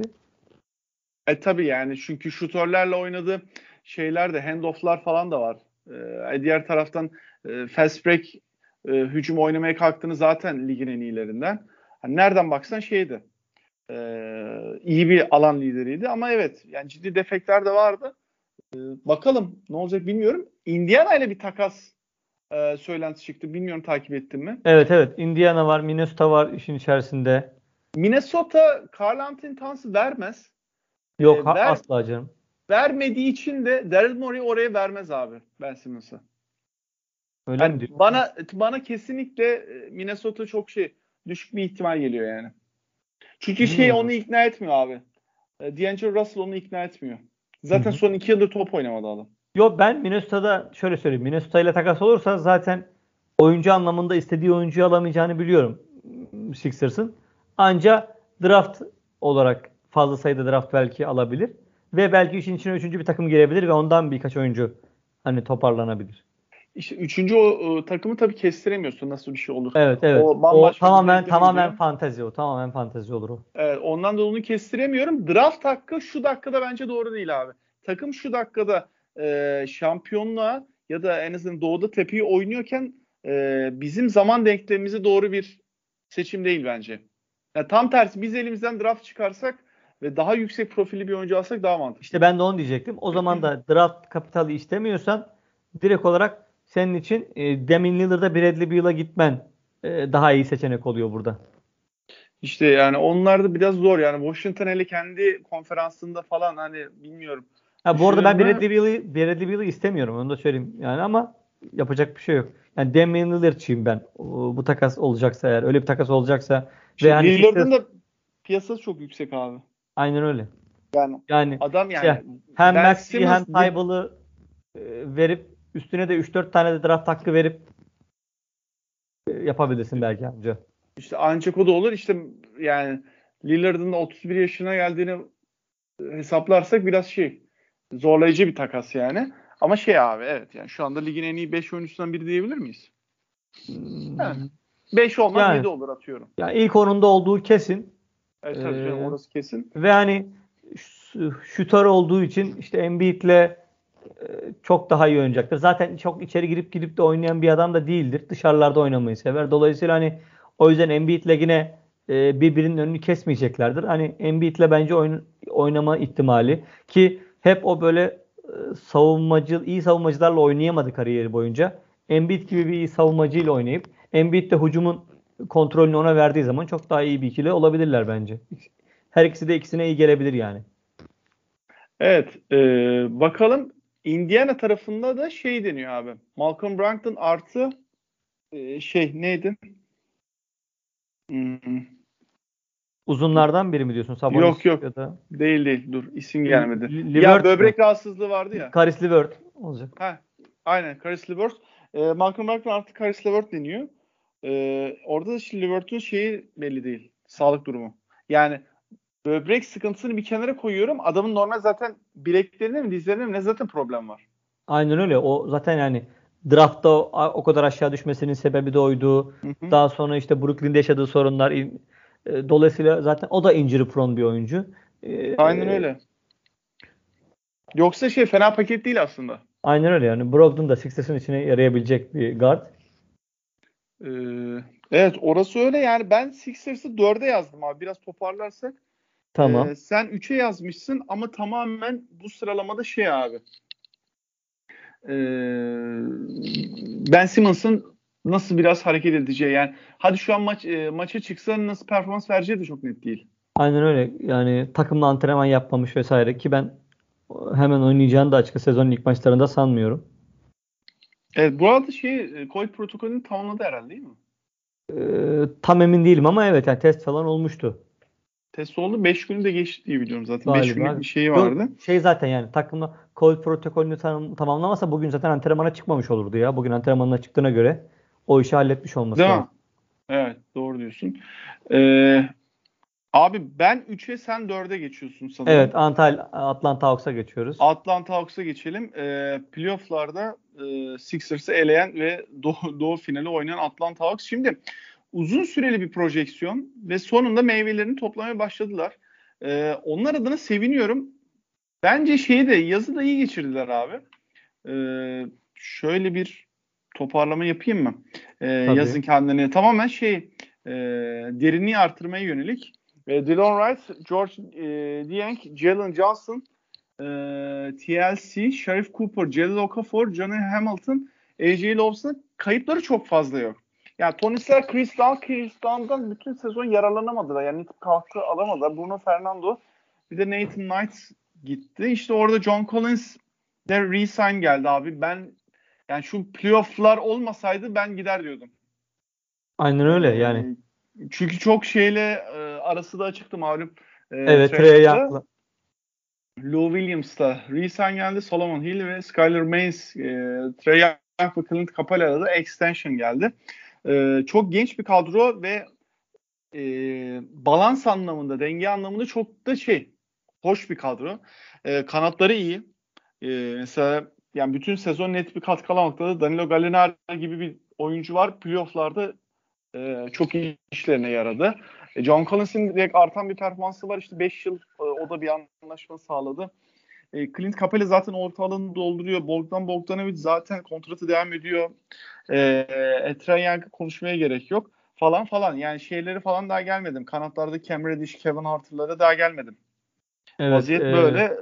e tabii yani çünkü şutörlerle oynadı şeyler de, handoff'lar falan da var. Ee, diğer taraftan e, fast break e, hücum oynamaya kalktığını zaten ligin en iyilerinden. Hani nereden baksan şeydi. E, iyi bir alan lideriydi ama evet yani ciddi defektler de vardı. E, bakalım ne olacak bilmiyorum. Indiana ile bir takas e, söylenti çıktı. Bilmiyorum, takip ettin mi? Evet, evet. Indiana var, Minnesota var işin içerisinde. Minnesota Karl Anthony Towns'ı vermez. Yok E, ha, ver asla canım. vermediği için de Daryl Morey oraya vermez abi Ben Simmons'ı. Öyle Yani mi diyorsun? bana bana kesinlikle Minnesota çok şey düşük bir ihtimal geliyor yani. Çünkü şey Bilmiyorum. onu ikna etmiyor abi. D'Angelo Russell onu ikna etmiyor. Zaten Hı hı. son iki yıldır top oynamadı adam. Yok, ben Minnesota'da şöyle söyleyeyim. Minnesota ile takas olursa zaten oyuncu anlamında istediği oyuncuyu alamayacağını biliyorum Sixers'ın. Ancak draft olarak fazla sayıda draft belki alabilir. Ve belki işin içine üçüncü bir takım girebilir ve ondan birkaç oyuncu hani toparlanabilir. İşte üçüncü o, o takımı tabii kestiremiyorsun nasıl bir şey olur. Evet, evet. O O bambaşka bir tamamen denkleme tamamen gidiyor. fantezi o. Tamamen fantezi olur o. Evet, ondan da onu kestiremiyorum. Draft hakkı şu dakikada bence doğru değil abi. Takım şu dakikada e, şampiyonluğa ya da en azından doğuda tepeyi oynuyorken e, bizim zaman denklemimize doğru bir seçim değil bence. Yani tam tersi biz elimizden draft çıkarsak ve daha yüksek profilli bir oyuncu alsak daha mantıklı. İşte ben de onu diyecektim. O zaman da draft kapitali istemiyorsan direkt olarak senin için e, Damian Lillard'a Bradley Beal'a gitmen e, daha iyi seçenek oluyor burada. İşte yani onlar da biraz zor yani Washington hele kendi konferansında falan hani bilmiyorum. Ha, bu arada Düşünür ben mü? Bradley Beal'ı Bradley Beal'ı istemiyorum. Onu da söyleyeyim. Yani ama yapacak bir şey yok. Yani Damian Lillard'çıyım ben. O- Bu takas olacaksa eğer. Öyle bir takas olacaksa ve İşte hani Sixers Lillard'ın da piyasası çok yüksek abi. aynen öyle. Yani Yani adam işte yani hem Ben Maxi'yi hem Simmons bu Tybal'ı e, verip üstüne de üç dört tane de draft hakkı verip e, yapabilirsin belki amca. işte ancak o da olur işte yani Lillard'ın da otuz bir yaşına geldiğini hesaplarsak biraz şey zorlayıcı bir takas yani. Ama şey abi evet yani şu anda ligin en iyi beş oyuncusundan biri diyebilir miyiz? Yani Hmm, beş olmaz Yani, yedi olur atıyorum. yani ilk onunda olduğu kesin. Evet tabii canım Ee, orası kesin. ve hani ş- şutör olduğu için işte Embiid'le e, çok daha iyi oynayacaktır. Zaten çok içeri girip girip de oynayan bir adam da değildir. Dışarılarda oynamayı sever. Dolayısıyla hani o yüzden Embiid'le yine e, birbirinin önünü kesmeyeceklerdir. Hani Embiid'le bence oyun, oynama ihtimali ki hep o böyle e, savunmacı, iyi savunmacılarla oynayamadı kariyeri boyunca. Embiid gibi bir iyi savunmacıyla oynayıp Embiid de hücumun kontrolünü ona verdiği zaman çok daha iyi bir ikili olabilirler bence. Her ikisi de ikisine iyi gelebilir yani. Evet e, bakalım Indiana tarafında da şey deniyor abi. Malcolm Brogdon artı e, şey neydi? Hmm, Uzunlardan biri mi diyorsun? yok Sabonis yok ya da değil değil dur isim L- gelmedi. L- Ya Levert mü? böbrek rahatsızlığı vardı ya. Caris Levert olacak. Ha, aynen Caris LeVert. E, Malcolm Brogdon artık Caris LeVert deniyor. E, orada da şimdi LeVert'ün şeyi belli değil. Sağlık durumu. Yani böbrek sıkıntısını bir kenara koyuyorum. Adamın normal zaten bileklerinde mi dizlerinde mi ne zaten problem var. Aynen öyle. O zaten yani draftta o, o kadar aşağı düşmesinin sebebi de oydu. Hı hı. Daha sonra işte Brooklyn'de yaşadığı sorunlar. e, Dolayısıyla zaten o da injury prone bir oyuncu. Aynen E, öyle. Yoksa şey fena paket değil aslında. aynen öyle yani. Brogdon da Sixers'ın içine yarayabilecek bir guard. Ee, evet orası öyle yani ben Sixers'ı dörde yazdım abi biraz toparlarsak. Ee, Tamam. sen üçe yazmışsın ama tamamen bu sıralamada şey abi. Ee, Ben Simmons'ın nasıl biraz hareket edeceği yani hadi şu an maç e, maça çıksa nasıl performans vereceği de çok net değil. Aynen öyle. Yani takımla antrenman yapmamış vesaire ki ben hemen oynayacağını da açıkçası sezonun ilk maçlarında sanmıyorum. Evet bu arada şey e, Covid protokolünü tamamladı herhalde değil mi? Ee, tam emin değilim ama evet yani test falan olmuştu Test oldu beş günü de geçti diye biliyorum zaten. beş günlük galiba. bir şeyi Yok vardı. şey zaten yani takımla Covid protokolünü tam, tamamlamasa bugün zaten antrenmana çıkmamış olurdu ya. Bugün antrenmanına çıktığına göre o işi halletmiş olması Değil mi? lazım. Evet doğru diyorsun. Ee, Abi ben üçe sen dörde geçiyorsun Evet, sanırım. Antalya Atlanta Hawks'a geçiyoruz. Atlanta Hawks'a geçelim. Ee, playoff'larda e, Sixers'ı eleyen ve Doğu, Doğu finali oynayan Atlanta Hawks. Şimdi uzun süreli bir projeksiyon ve sonunda meyvelerini toplamaya başladılar. Ee, onlar adına seviniyorum. Bence şeyi de yazı da iyi geçirdiler abi. Ee, şöyle bir toparlama yapayım mı? Ee, Tabii. yazın kendine tamamen şey e, derinliği artırmaya yönelik. E, Delon Wright, George e, Niang, Jalen Johnson, e, T L C, Sheriff Cooper, Jahlil Okafor, Johnny Hamilton, A J Lawson'ın kayıpları çok fazla yok. Yani Tony Snell, Chris Dunn, Chris Dunn'dan bütün sezon yararlanamadılar. Yani nitip katkı alamadılar. Bruno Fernando, bir de Nathan Knight gitti. İşte orada John Collins de re-sign geldi abi. Ben yani şu playoff'lar olmasaydı ben gider diyordum. Aynen öyle yani. Ee, çünkü çok şeyle e, arası da açıktı malum. E, Evet, Trae Young'la. Lou Williams'la re-sign geldi. Solomon Hill ve Skylar Mays, e, Trae Young ve Clint Capela'da da extension geldi. E, çok genç bir kadro ve e, balans anlamında, denge anlamında çok da şey, hoş bir kadro. E, kanatları iyi. E, mesela yani bütün sezon net bir katkı alamakta da Danilo Gallinari gibi bir oyuncu var. Playoff'larda e, çok iyi işlerine yaradı. E, John Collins'in direkt artan bir performansı var. İşte beş yıl e, o da bir anlaşma sağladı. E, Clint Capela zaten orta alanı dolduruyor. Bogdan Bogdanovic zaten kontratı devam ediyor. E, Trae Young'ı konuşmaya gerek yok. Falan falan. Yani şeyleri falan daha gelmedim. Kanatlarda Cam Reddish, Kevin Harter'lara daha gelmedim. Evet, Vaziyet e, böyle.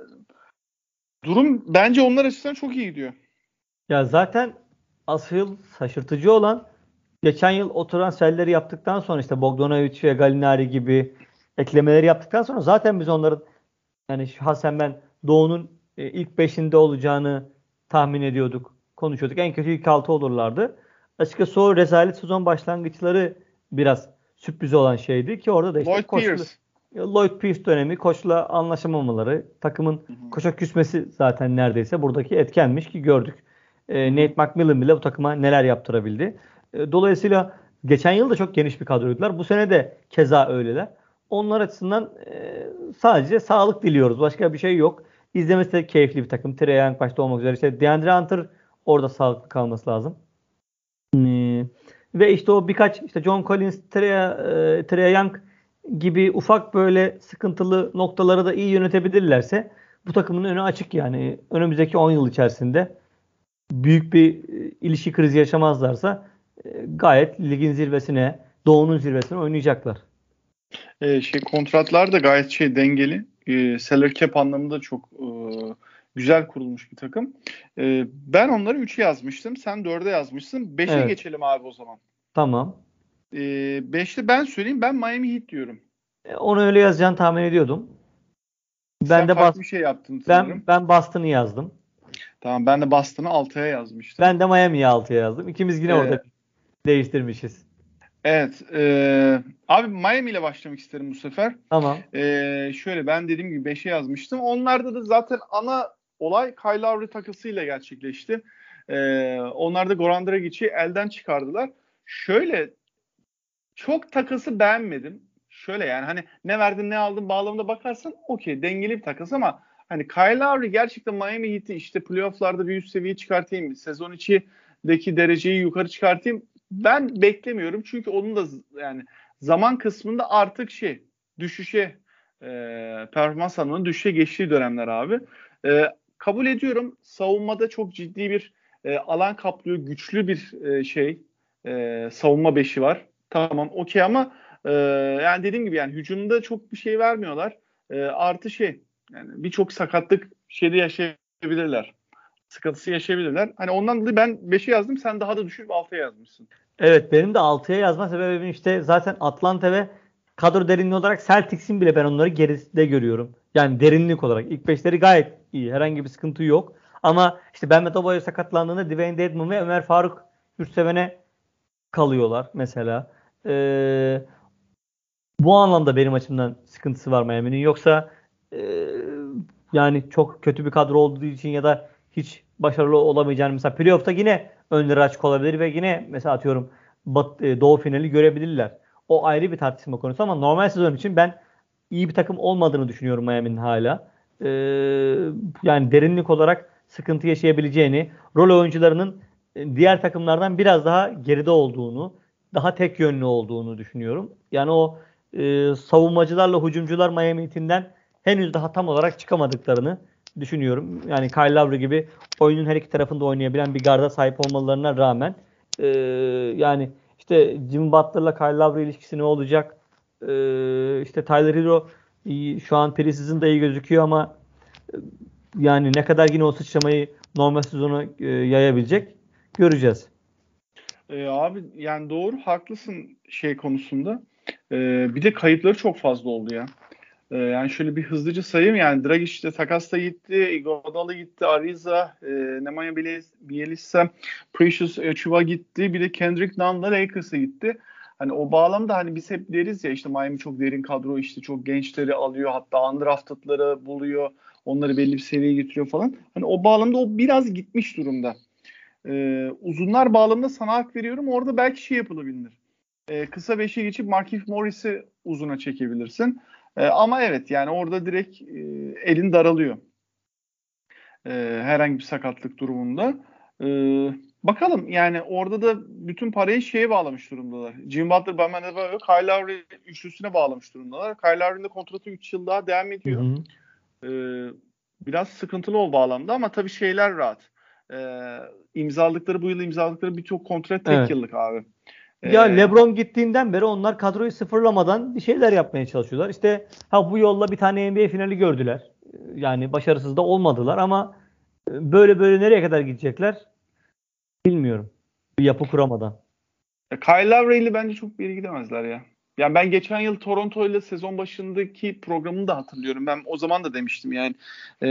Durum bence onlar açısından çok iyi gidiyor. Ya zaten asıl şaşırtıcı olan geçen yıl o transferleri yaptıktan sonra işte Bogdanovic ve Gallinari gibi eklemeleri yaptıktan sonra zaten biz onların yani şahsen ben Doğu'nun e, ilk beşinde olacağını tahmin ediyorduk. Konuşuyorduk. En kötü ilk altı olurlardı. Açıkçası o rezalet sezon başlangıçları biraz sürpriz olan şeydi ki orada da işte Lloyd koçlu, Pierce. Lloyd Pierce dönemi, koçla anlaşamamaları, takımın Hı hı. koça küsmesi zaten neredeyse buradaki etkenmiş ki gördük. E, Nate McMillan bile bu takıma neler yaptırabildi. E, dolayısıyla geçen yıl da çok geniş bir kadroydular. Bu sene de keza öyleler. Onlar açısından e, sadece sağlık diliyoruz. Başka bir şey yok. İzlemesi de keyifli bir takım. Trae Young başta olmak üzere. İşte DeAndre Hunter orada sağlıklı kalması lazım. Ee, ve işte o birkaç işte John Collins, Trae, e, Trae Young gibi ufak böyle sıkıntılı noktaları da iyi yönetebilirlerse bu takımın önü açık yani. Önümüzdeki on yıl içerisinde büyük bir e, ilişki krizi yaşamazlarsa e, gayet ligin zirvesine, Doğu'nun zirvesine oynayacaklar. E, şey kontratlar da gayet şey dengeli. E, salary cap anlamında çok e, güzel kurulmuş bir takım. E, ben onları üçe yazmıştım. Sen dörde yazmışsın. beşe Evet. geçelim abi o zaman. Tamam. E, beşte ben söyleyeyim. Ben Miami Heat diyorum. E, Onu öyle yazacağını tahmin ediyordum. Ben Sen de bas farklı bir şey yaptın ben sanırım. ben Boston'ı yazdım. Tamam, ben de Boston'ı altıya yazmıştım. Ben de Miami'yi altıya yazdım. İkimiz yine E, orada değiştirmişiz. evet. E, abi Miami ile başlamak isterim bu sefer. Tamam. E, şöyle ben dediğim gibi beşe yazmıştım. Onlarda da zaten ana olay Kyle Lowry takısıyla gerçekleşti. Ee, onlar da Goran Dragic'i elden çıkardılar. Şöyle çok takası beğenmedim. Şöyle yani hani ne verdin ne aldın bağlamında bakarsan okey dengeli bir takas ama hani Kyle Lowry gerçekten Miami Heat'i işte playoff'larda bir üst seviye çıkartayım, sezon içindeki dereceyi yukarı çıkartayım. Ben beklemiyorum çünkü onun da yani zaman kısmında artık şey düşüşe e, performans anlamında düşüşe geçtiği dönemler abi. E, kabul ediyorum savunmada çok ciddi bir e, alan kaplıyor, güçlü bir e, şey e, savunma beşi var. Tamam okey ama e, yani dediğim gibi yani hücumda çok bir şey vermiyorlar. E, artı şey yani birçok sakatlık şeyde yaşayabilirler. Sıkıntısı yaşayabilirler. Hani ondan dolayı ben beşe yazdım. Sen daha da düşürüp altıya yazmışsın. Evet, benim de altıya yazma sebebim işte zaten Atlanta ve kadro derinliği olarak Celtics'in bile ben onları gerisinde görüyorum. Yani derinlik olarak. İlk beşleri gayet iyi. Herhangi bir sıkıntı yok. Ama işte Ben Adebayo sakatlandığında Dwayne Dedmon ve Ömer Faruk Yurtseven'e kalıyorlar mesela. Ee, bu anlamda benim açımdan sıkıntısı var Miami'nin. Yoksa e, yani çok kötü bir kadro olduğu için ya da hiç başarılı olamayacağını mesela playoff'ta yine önleri açık olabilir ve yine mesela atıyorum Bat, e, Doğu finali görebilirler. O ayrı bir tartışma konusu ama normal sezon için ben iyi bir takım olmadığını düşünüyorum Miami'nin hala. Ee, yani derinlik olarak sıkıntı yaşayabileceğini, rol oyuncularının e, diğer takımlardan biraz daha geride olduğunu, daha tek yönlü olduğunu düşünüyorum. Yani o e, savunmacılarla hücumcular Miami Heat'inden henüz daha tam olarak çıkamadıklarını düşünüyorum. Yani Kyle Lowry gibi oyunun her iki tarafında oynayabilen bir garda sahip olmalarına rağmen e, yani işte Jimmy Butler'la Kyle Lowry ilişkisi ne olacak? E, işte Tyler Hero iyi, şu an preseason'da iyi gözüküyor ama e, yani ne kadar yine o sıçramayı normal sezonu e, yayabilecek göreceğiz. E, abi yani doğru haklısın şey konusunda. E, bir de kayıpları çok fazla oldu ya. Ee, yani şöyle bir hızlıca sayayım. Yani Dragic de takasta gitti, Iguodala gitti, Ariza, e, Nemanja Bjelica, Precious Achiuwa gitti. Bir de Kendrick Nunn'la Lakers'a gitti. Hani o bağlamda hani biz hep deriz ya işte Miami çok derin kadro, işte çok gençleri alıyor, hatta undrafted'ları buluyor, onları belli bir seviyeye getiriyor falan. Hani o bağlamda o biraz gitmiş durumda. Ee, uzunlar bağlamında sana hak veriyorum. Orada belki şey yapılabilir. Ee, kısa beşe geçip Markieff Morris'i uzuna çekebilirsin. Ee, ama evet yani orada direkt e, elin daralıyor. Ee, herhangi bir sakatlık durumunda. Ee, bakalım yani orada da bütün parayı şeye bağlamış durumdalar. Jim Butler, Bam Adebayo, Kyle Lowry üçlüsüne bağlamış durumdalar. Kyle Lowry'nin de kontratı üç yıl daha devam ediyor. Hı hı. Ee, biraz sıkıntılı o bağlamda ama tabii şeyler rahat. Ee, imzaladıkları bu yıl imzaladıkları birçok kontrat tek evet. yıllık abi. Ya ee, LeBron gittiğinden beri onlar kadroyu sıfırlamadan bir şeyler yapmaya çalışıyorlar. İşte ha bu yolla bir tane N B A finali gördüler. Yani başarısız da olmadılar ama böyle böyle nereye kadar gidecekler bilmiyorum. Bir yapı kuramadan. Kyle Lowry'yle bence çok bir yere gidemezler ya. Yani ben geçen yıl Toronto ile sezon başındaki programını da hatırlıyorum. Ben o zaman da demiştim yani e,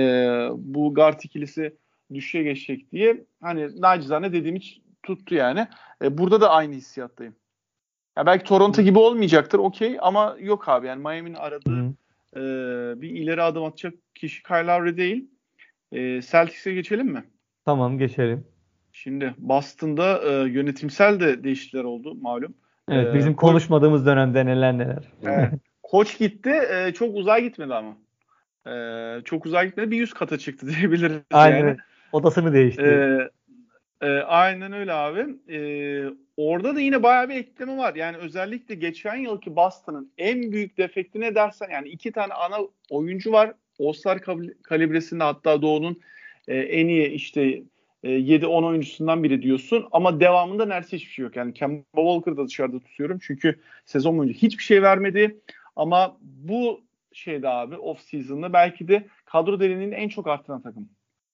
bu guard ikilisi düşüşe geçecek diye. Hani nacizane dediğim hiç tuttu yani. E, burada da aynı hissiyattayım. Ya belki Toronto gibi olmayacaktır okey ama yok abi yani Miami'nin aradığı e, bir ileri adım atacak kişi Kyle Lowry değil. E, Celtics'e geçelim mi? Tamam geçelim. Şimdi Boston'da e, yönetimsel de değişiklikler oldu malum. Evet bizim ee, konuşmadığımız koç, dönemde neler neler. Evet, koç gitti. E, çok uzağa gitmedi ama. E, çok uzağa gitmedi. Bir yüz kata çıktı diyebiliriz aynen. Yani. Odasını değişti. E, e, aynen öyle abi. E, orada da yine bayağı bir ekleme var. Yani özellikle geçen yılki Boston'ın en büyük defekti ne dersen yani iki tane ana oyuncu var. All-Star kalibresinde hatta Doğu'nun e, en iyi işte yedi on oyuncusundan biri diyorsun ama devamında neredeyse hiçbir şey yok. Yani Kemba Walker'ı da dışarıda tutuyorum. Çünkü sezon boyunca hiçbir şey vermedi. Ama bu şeyde abi off season'da belki de kadro derinliğini en çok arttıran takım.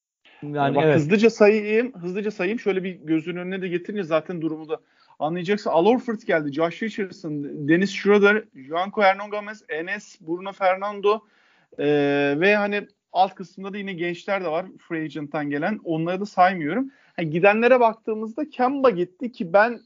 Yani bak evet. hızlıca sayayım, hızlıca sayayım. Şöyle bir gözünün önüne de getirince zaten durumu da anlayacaksın. Al Horford geldi, Josh Richardson, Dennis Schroeder, Juanco Hernangomez, Enes, Bruno Fernando ee, ve hani alt kısımda da yine gençler de var. Free Agent'tan gelen. Onları da saymıyorum. Yani gidenlere baktığımızda Kemba gitti ki ben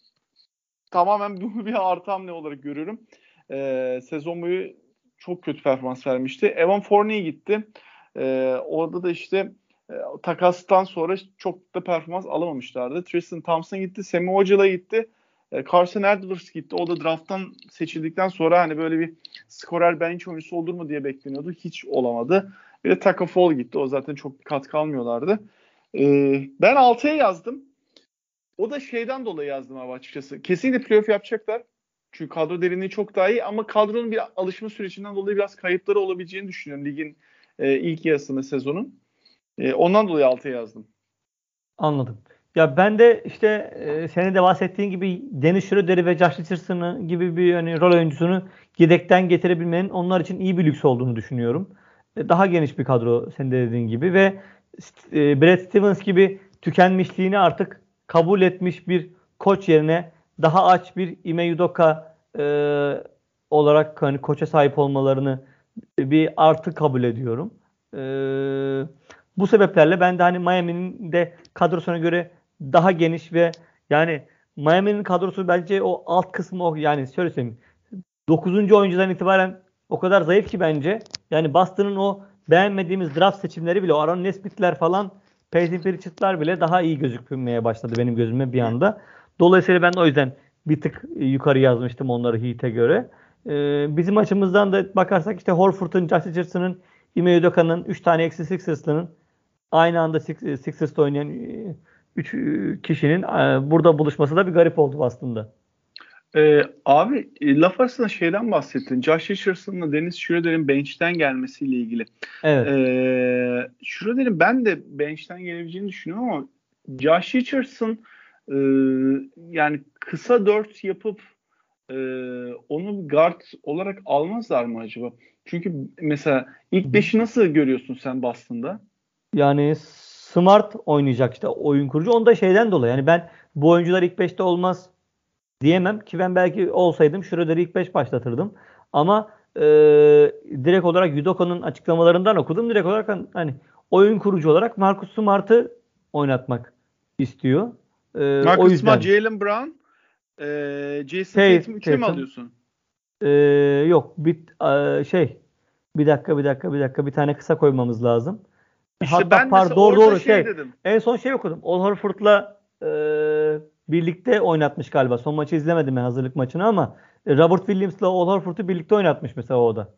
tamamen bunu bir artı hamle olarak görüyorum. Ee, sezon boyu çok kötü performans vermişti. Evan Fournier gitti. Ee, orada da işte e, takastan sonra çok da performans alamamışlardı. Tristan Thompson gitti. Semi Ojeleye gitti. E, Carson Edwards gitti. O da drafttan seçildikten sonra hani böyle bir skorer bench oyuncusu olur mu diye bekleniyordu. Hiç olamadı. Bir de Taco Fall gitti. O zaten çok bir katkı almıyorlardı. Ee, ben altıya yazdım. O da şeyden dolayı yazdım abi açıkçası. Kesinlikle playoff yapacaklar. Çünkü kadro derinliği çok daha iyi ama kadronun bir alışma sürecinden dolayı biraz kayıpları olabileceğini düşünüyorum ligin e, ilk yarısında sezonun. E, ondan dolayı altıya yazdım. Anladım. Ya ben de işte e, senin de bahsettiğin gibi Dennis Schroeder'i ve Josh Richardson'ı gibi bir hani rol oyuncusunu yedekten getirebilmenin onlar için iyi bir lüks olduğunu düşünüyorum. E, daha geniş bir kadro senin de dediğin gibi ve e, Brad Stevens gibi tükenmişliğini artık kabul etmiş bir koç yerine daha aç bir Ime Udoka e, olarak hani koça sahip olmalarını bir artı kabul ediyorum. E, bu sebeplerle ben de hani Miami'nin de kadrosuna göre daha geniş ve yani Miami'nin kadrosu bence o alt kısmı o yani şöyle söyleyeyim dokuzuncu oyuncudan itibaren o kadar zayıf ki bence. Yani Boston'ın o beğenmediğimiz draft seçimleri bile o Aaron Nesbitt'ler falan Peyton Pritchard'lar bile daha iyi gözükmeye başladı benim gözüme bir anda. Dolayısıyla ben o yüzden bir tık yukarı yazmıştım onları Heat'e göre. Ee, bizim açımızdan da bakarsak işte Horford'un, Josh Richardson'ın, Ime Udoka'nın, üç tane eksi Sixers'lının aynı anda Sixers'ta oynayan üç kişinin burada buluşması da bir garip oldu aslında. Ee, abi laf arasında şeyden bahsettin. Josh Richardson'la Dennis Schroeder'in bench'ten gelmesiyle ilgili. Evet. Ee, Schroeder'in ben de bench'ten gelebileceğini düşünüyorum ama Josh Richardson e, yani kısa dört yapıp e, onu guard olarak almazlar mı acaba? Çünkü mesela ilk beşi nasıl görüyorsun sen Boston'da? Yani Smart oynayacak işte oyun kurucu. Onu da şeyden dolayı. Yani ben bu oyuncular ilk beşte olmaz diyemem ki ben belki olsaydım Schroeder'i ilk beş başlatırdım. Ama e, direkt olarak Udoka'nın açıklamalarından okudum. Direkt olarak hani oyun kurucu olarak Marcus Smart'ı oynatmak istiyor. E, o Marcus yüzden. Smart, Jaylen Brown, e, Jason Şey, Tatum üçe mi Tatum. alıyorsun? E, yok. Bir, e, şey bir dakika bir dakika bir dakika bir tane kısa koymamız lazım. İşte Hatta ben par mesela doğru orada doğru şey şey. dedim. En son şey okudum. Al Horford'la e, birlikte oynatmış galiba. Son maçı izlemedim ben, hazırlık maçını, ama e, Robert Williams'la Al Horford'u birlikte oynatmış mesela o da.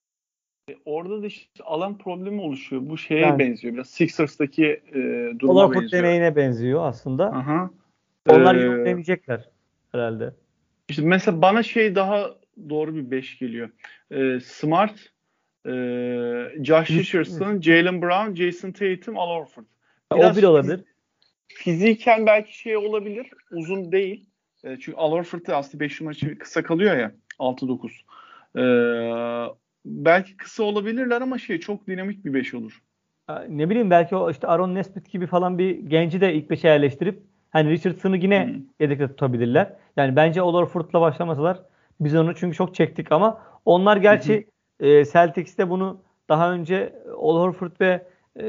E, Orada da işte alan problemi oluşuyor. Bu şeye Yani benziyor. Biraz Sixers'taki e, Al duruma Horford benziyor. deneyine benziyor aslında. Aha. Onlar yine Ee, deneyecekler herhalde. işte mesela bana şey daha doğru bir beş geliyor. Ee, Smart, e, Josh Richardson, Jaylen Brown, Jason Tatum, Al Horford. O bile olabilir. fiz- fiziken belki şey olabilir. Uzun değil. E, çünkü Al Horford da aslında beş maçı kısa kalıyor ya. altı dokuz. Ee, belki kısa olabilirler ama şey çok dinamik bir beş olur. Ne bileyim, belki o işte Aaron Nesmith gibi falan bir genci de ilk beşe yerleştirip hani Richardson'ı yine Hmm. yedekte tutabilirler. Yani bence Al Horford'la başlamasalar biz onu çünkü çok çektik, ama onlar gerçi e, Celtics'te bunu daha önce Al Horford ve e,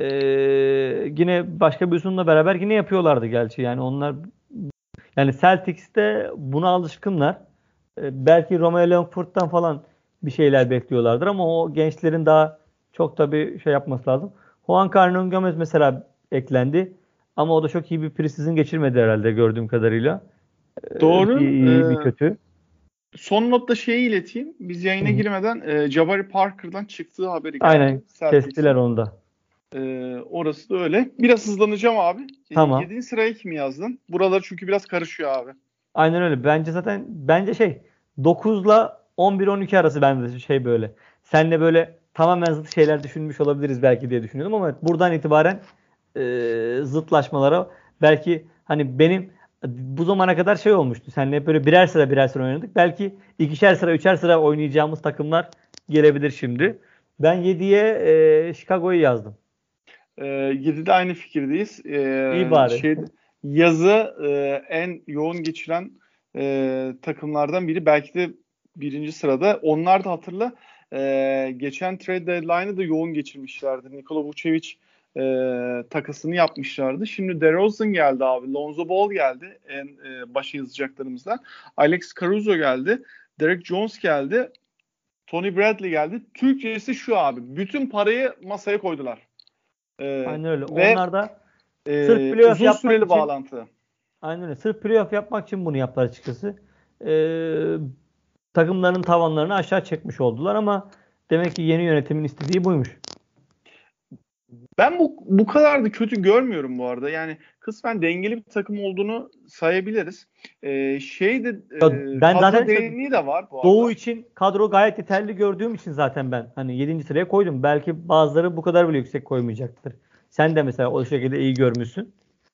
yine başka bir uzunla beraber yine yapıyorlardı gerçi. Yani onlar, yani Celtics'te buna alışkınlar. E, belki Romeo Langford'dan falan bir şeyler bekliyorlardır, ama o gençlerin daha çok da bir şey yapması lazım. Juan Carlos Gomez mesela eklendi. Ama o da çok iyi bir preseason geçirmedi herhalde gördüğüm kadarıyla. E, Doğru. bir iyi bir Ee, kötü. son notta şeyi ileteyim. Biz yayına Hı hı. girmeden e, Jabari Parker'dan çıktığı haberi Aynen, geldi. kestiler Celtics'in. onu da. Ee, orası da öyle. Biraz hızlanacağım abi. Ee, Tamam. yedinci sıraya kim yazdın? Buralar çünkü biraz karışıyor abi. Aynen öyle. Bence zaten bence şey dokuzla on bir on iki arası bende şey böyle. Seninle böyle tamamen zıt şeyler düşünmüş olabiliriz belki diye düşünüyordum, ama buradan itibaren e, zıtlaşmalara, belki hani benim bu zamana kadar şey olmuştu. Seninle hep böyle birer sıra birer sıra oynadık. Belki ikişer sıra üçer sıra oynayacağımız takımlar gelebilir şimdi. Ben yediye e, Chicago'yu yazdım. Ee, yedide aynı fikirdeyiz. İyi Ee, bari. şey, yazı e, en yoğun geçiren e, takımlardan biri. Belki de birinci sırada. Onlar da hatırla e, geçen trade deadline'ı da yoğun geçirmişlerdi. Nikola Vucevic e, takasını yapmışlardı. Şimdi DeRozan geldi abi. Lonzo Ball geldi. En e, başa yazacaklarımızdan. Alex Caruso geldi. Derek Jones geldi. Tony Bradley geldi. Türkçesi şu abi. Bütün parayı masaya koydular. Ee, Aynen öyle. ve Onlar da sırf e, playoff uzun yapmak süreli için bağlantı. aynen öyle. Sırf playoff yapmak için bunu yaptılar açıkçası. Ee, takımların tavanlarını aşağı çekmiş oldular, ama demek ki yeni yönetimin istediği buymuş. Ben bu bu kadar da kötü görmüyorum bu arada. Yani kısmen dengeli bir takım olduğunu sayabiliriz. Ee, şey de Ya e, ben zaten kadro işte derinliği de var bu Doğu arada. için kadro gayet yeterli gördüğüm için zaten ben hani yedinci sıraya koydum. Belki bazıları bu kadar bile yüksek koymayacaktır. Sen de mesela o şekilde iyi görmüşsün.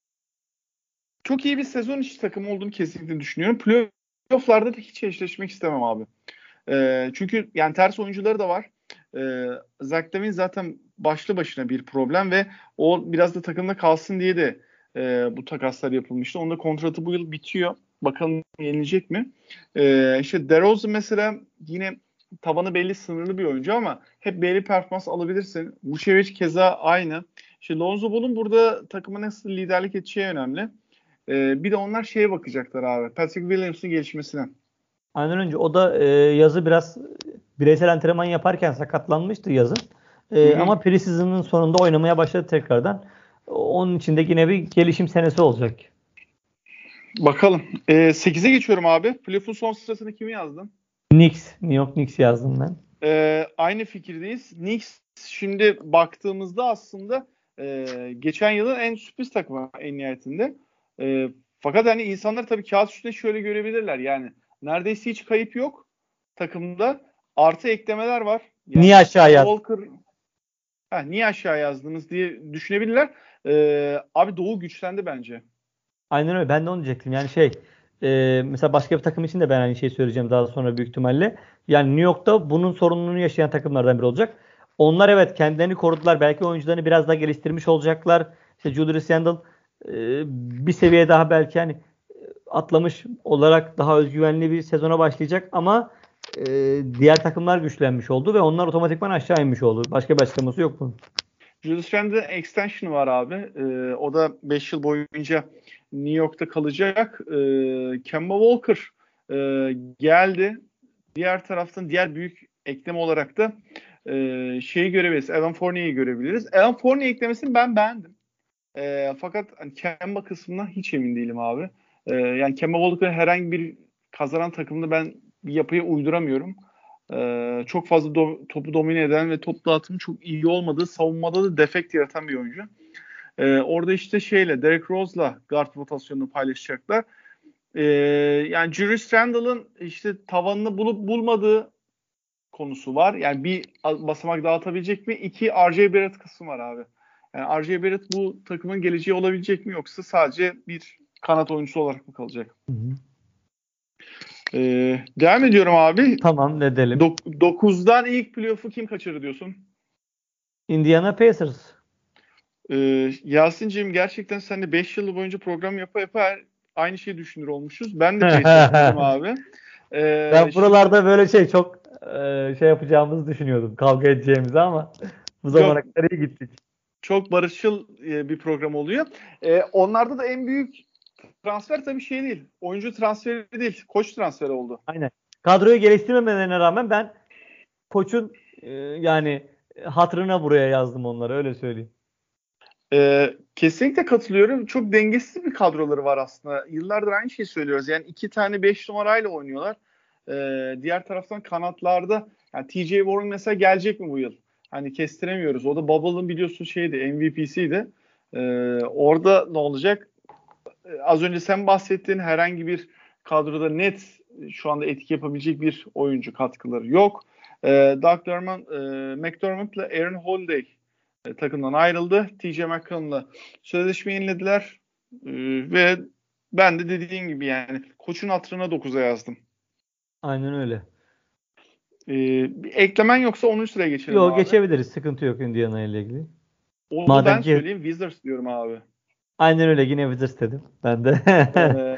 Çok iyi bir sezon içi takım olduğunu kesinlikle düşünüyorum. Playoff'larda da hiç eşleşmek istemem abi. Ee, çünkü yani ters oyuncuları da var. Ee, Zach Lavine zaten başlı başına bir problem ve o biraz da takımda kalsın diye de e, bu takaslar yapılmıştı. Onun da kontratı bu yıl bitiyor. Bakalım yenilecek mi? Ee, işte DeRozan mesela yine tavanı belli, sınırlı bir oyuncu ama hep belli performans alabilirsin. Vucevic keza aynı. İşte Lonzo Ball'un burada takıma nasıl liderlik edeceği önemli. Ee, bir de onlar şeye bakacaklar abi. Patrick Williams'ın gelişmesine. Aynen önce o da e, yazı biraz bireysel antrenman yaparken sakatlanmıştı yazın. Hı E, hı. ama preseason'ın sonunda oynamaya başladı tekrardan. Onun için de yine bir gelişim senesi olacak. Bakalım. Ee, sekize geçiyorum abi. Playoff'un son sırasını kimi yazdın? Knicks, New York Knicks yazdım ben. Ee, aynı fikirdeyiz. Knicks şimdi baktığımızda aslında e, geçen yılın en sürpriz takımı en nihayetinde. E, fakat hani insanlar tabii kağıt üstünde şöyle görebilirler. Yani neredeyse hiç kayıp yok takımda. Artı eklemeler var. Yani Niye aşağı yazdın? Walker, ha, niye aşağı yazdınız diye düşünebilirler. E, abi Doğu güçlendi bence. Aynen öyle. Ben de onu diyecektim. Yani şey e, mesela başka bir takım için de ben aynı şeyi söyleyeceğim daha sonra büyük ihtimalle. Yani New York'ta bunun sorununu yaşayan takımlardan biri olacak. Onlar evet kendilerini korudular. Belki oyuncularını biraz daha geliştirmiş olacaklar. İşte Julius Randle e, bir seviye daha belki hani atlamış olarak daha özgüvenli bir sezona başlayacak, ama e, diğer takımlar güçlenmiş oldu ve onlar otomatikman aşağı inmiş oldu. Başka bir açıklaması yok bunun. Julius Randle'ın extension'ı var abi. Ee, o da beş yıl boyunca New York'ta kalacak. Ee, Kemba Walker e, geldi. Diğer taraftan diğer büyük ekleme olarak da e, şeyi görebiliriz. Evan Fournier'i görebiliriz. Evan Fournier eklemesini ben beğendim. E, fakat hani Kemba kısmından hiç emin değilim abi. E, yani Kemba Walker'ı herhangi bir kazanan takımda ben bir yapıya uyduramıyorum. Ee, çok fazla do- topu domine eden ve top dağıtımı çok iyi olmadığı, savunmada da defekt yaratan bir oyuncu. Ee, orada işte şeyle, Derrick Rose'la guard rotasyonunu paylaşacaklar. Ee, yani Julius Randle'ın işte tavanını bulup bulmadığı konusu var. Yani bir basamak dağıtabilecek mi? İki, R J Barrett kısmı var abi. Yani R J Barrett bu takımın geleceği olabilecek mi, yoksa sadece bir kanat oyuncusu olarak mı kalacak? Hı hı. Ee, devam ediyorum abi. Tamam, edelim. Dok- dokuzdan ilk playoff'u kim kaçırır diyorsun? Indiana Pacers. Ee, Yasin'cim, gerçekten seninle beş yıl boyunca program yapa yapa aynı şeyi düşünür olmuşuz. Ben de Pacers dedim abi. Ee, Ben buralarda şimdi, böyle şey çok e, şey yapacağımızı düşünüyordum. Kavga edeceğimizi ama bu zamana yok, kadar iyi gittik. çok barışçıl e, bir program oluyor. Ee, onlarda da en büyük transfer tabii şey değil. Oyuncu transferi değil. Koç transferi oldu. Aynen. Kadroyu geliştirmemelerine rağmen ben koçun e, yani hatırına buraya yazdım onları, öyle söyleyeyim. Ee, kesinlikle katılıyorum. Çok dengesiz bir kadroları var aslında. Yıllardır aynı şeyi söylüyoruz. Yani iki tane beş numarayla oynuyorlar. Ee, diğer taraftan kanatlarda yani T J Warren mesela gelecek mi bu yıl? Hani kestiremiyoruz. O da Bubble'ın biliyorsun şeydi, M V P'siydi. Ee, orada ne olacak? Ee, az önce sen bahsettiğin herhangi bir kadroda net şu anda etki yapabilecek bir oyuncu katkıları yok. Ee, Doug Dermott, e, McDermott'la Aaron Holiday e, takımdan ayrıldı. T J McConnell'la sözleşme yenilediler. E, ve ben de dediğin gibi yani koçun hatırına dokuza yazdım. Aynen öyle. E, bir eklemen yoksa onuncu sıraya geçelim Yok, abi. geçebiliriz. Sıkıntı yok Indiana ile ilgili. Onu Madem ben ki söyleyeyim. Wizards diyorum abi. aynen öyle, yine Wizards dedim. Ben de. E,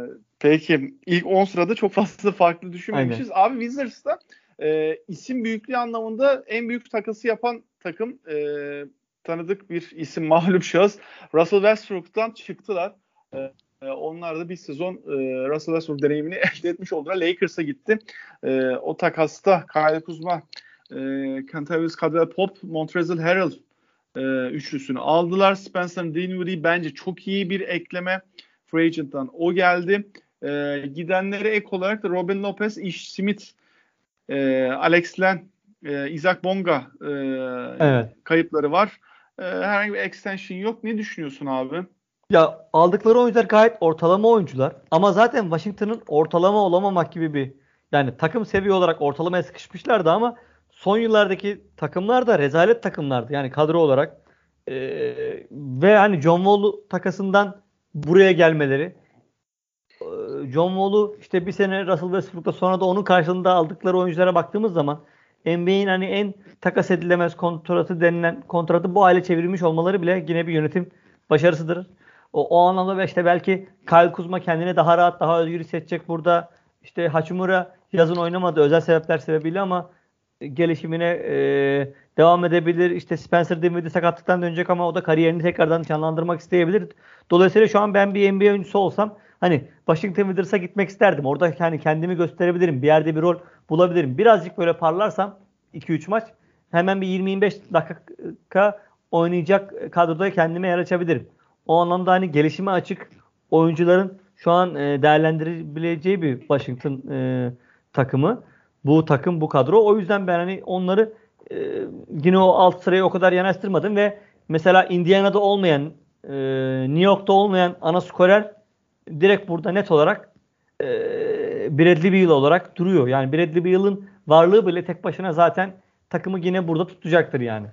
peki. İlk on sırada çok fazla farklı Aynen. düşünmemişiz. Abi Wizards'ta e, isim büyüklüğü anlamında en büyük takası yapan takım, e, tanıdık bir isim, malum şahıs. Russell Westbrook'tan çıktılar. E, Onlar da bir sezon e, Russell Westbrook deneyimini elde etmiş oldular. Lakers'a gitti. E, o takasta Kyle Kuzma, e, Kentavious Caldwell-Pope, Montrezl Harrell e, üçlüsünü aldılar. Spencer Dinwiddie bence çok iyi bir ekleme. Free Agent'tan o geldi. E, gidenlere ek olarak da Robin Lopez, Ish Smith, e, Alex Len, e, Isaac Bonga e, Evet. kayıpları var. E, herhangi bir extension yok. Ne düşünüyorsun abi? Ya aldıkları oyuncular gayet ortalama oyuncular. Ama zaten Washington'ın ortalama olamamak gibi bir, yani takım seviye olarak ortalamaya sıkışmışlardı ama son yıllardaki takımlar da rezalet takımlardı. Yani kadro olarak Ee, ve hani John Wall'u takasından buraya gelmeleri, Ee, John Wall'u işte bir sene Russell Westbrook'ta, sonra da onun karşılığında aldıkları oyunculara baktığımız zaman N B A'in hani en takas edilemez kontratı denilen kontratı bu hale çevirmiş olmaları bile yine bir yönetim başarısıdır. O, o anlamda işte belki Kyle Kuzma kendini daha rahat, daha özgür hissedecek burada. İşte Hachimura yazın oynamadı özel sebepler sebebiyle ama gelişimine e, devam edebilir. İşte Spencer Dinwiddie sakatlıktan dönecek ama o da kariyerini tekrardan canlandırmak isteyebilir. Dolayısıyla şu an ben bir N B A oyuncusu olsam hani Washington Wizards'a gitmek isterdim. Orada hani kendimi gösterebilirim. Bir yerde bir rol bulabilirim. Birazcık böyle parlarsam iki üç maç hemen bir yirmi yirmi beş dakika oynayacak kadroda kendime yer açabilirim. O anlamda hani gelişime açık oyuncuların şu an e, değerlendirebileceği bir Washington e, takımı. Bu takım, bu kadro. O yüzden ben hani onları e, yine o alt sıraya o kadar yanaştırmadım ve mesela Indiana'da olmayan, e, New York'ta olmayan ana skorer direkt burada net olarak e, Bradley Beal olarak duruyor. Yani Bradley Beal'ın varlığı bile tek başına zaten takımı yine burada tutacaktır yani.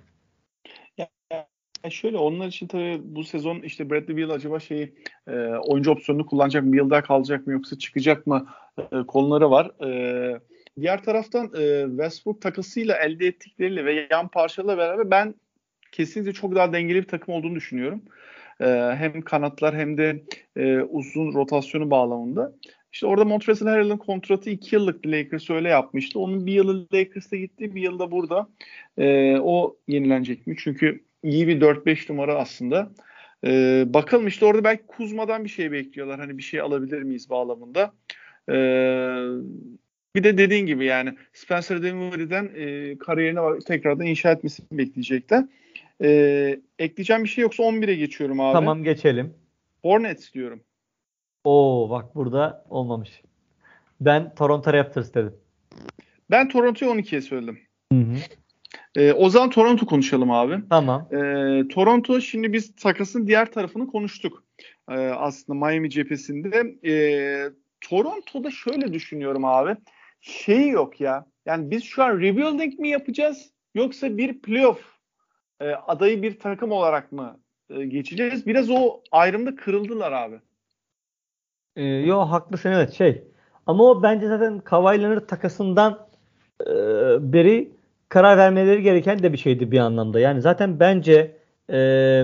Ya şöyle, onlar için tabii bu sezon işte Bradley Beal acaba şeyi e, oyuncu opsiyonunu kullanacak mı? Bir yıl daha kalacak mı yoksa çıkacak mı? E, konuları var. E, diğer taraftan e, Westbrook takasıyla elde ettikleriyle ve yan parçalarla beraber ben kesinlikle çok daha dengeli bir takım olduğunu düşünüyorum. E, hem kanatlar hem de e, uzun rotasyonu bağlamında. İşte orada Montrezl Harrell'ın kontratı iki yıllık, Lakers öyle yapmıştı. Onun bir yılı Lakers'ta gitti, bir yıl da burada. Ee, o yenilenecek mi? Çünkü iyi bir dört beş numara aslında. Ee, bakalım işte orada belki Kuzma'dan bir şey bekliyorlar. Hani bir şey alabilir miyiz bağlamında. Ee, bir de dediğin gibi yani Spencer Dinwiddie'den e, kariyerini tekrardan inşa etmesini bekleyecekler. Ee, ekleyeceğim bir şey yoksa on bire geçiyorum abi. Tamam, geçelim. Hornets diyorum. Oo bak, burada olmamış. Ben Toronto Raptors dedim. Ben Toronto'yu on ikiye söyledim. Hı hı. Ee, o zaman Toronto konuşalım abi. Tamam. Ee, Toronto, şimdi biz takasın diğer tarafını konuştuk. Ee, aslında Miami cephesinde. Ee, Toronto'da şöyle düşünüyorum abi. Şey yok ya. Yani biz şu an rebuilding mi yapacağız? Yoksa bir playoff e, adayı bir takım olarak mı e, geçeceğiz? Biraz o ayrımda kırıldılar abi. Ee, yo haklısın, evet şey. Ama o bence zaten Kawhi Leonard takasından e, beri karar vermeleri gereken de bir şeydi bir anlamda. Yani zaten bence e,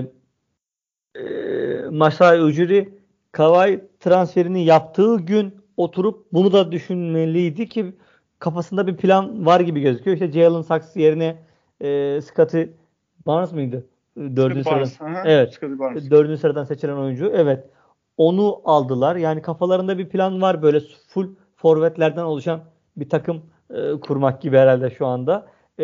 e, Masai Ujiri Kawhi transferini yaptığı gün oturup bunu da düşünmeliydi ki kafasında bir plan var gibi gözüküyor. İşte Jalen Sachs yerine e, Scottie Barnes mıydı? Dördüncü sıradan. Barnes, aha. Evet. Scottie Barnes. Dördüncü sıradan seçilen oyuncu. Evet. Onu aldılar. Yani kafalarında bir plan var. Böyle full forvetlerden oluşan bir takım e, kurmak gibi herhalde şu anda. E,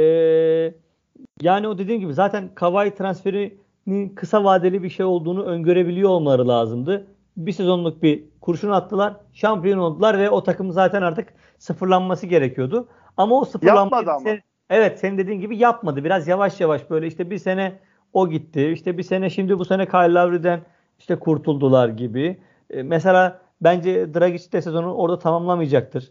yani o dediğim gibi zaten Kawhi transferinin kısa vadeli bir şey olduğunu öngörebiliyor olmaları lazımdı. Bir sezonluk bir kurşun attılar. Şampiyon oldular ve o takım zaten artık sıfırlanması gerekiyordu. Ama o sıfırlanmayı Yapmadı ama. sen, evet senin dediğin gibi yapmadı. Biraz yavaş yavaş böyle işte bir sene o gitti. İşte bir sene şimdi bu sene Kyle Lowry'den işte kurtuldular gibi. E, mesela bence Dragic de sezonu orada tamamlamayacaktır.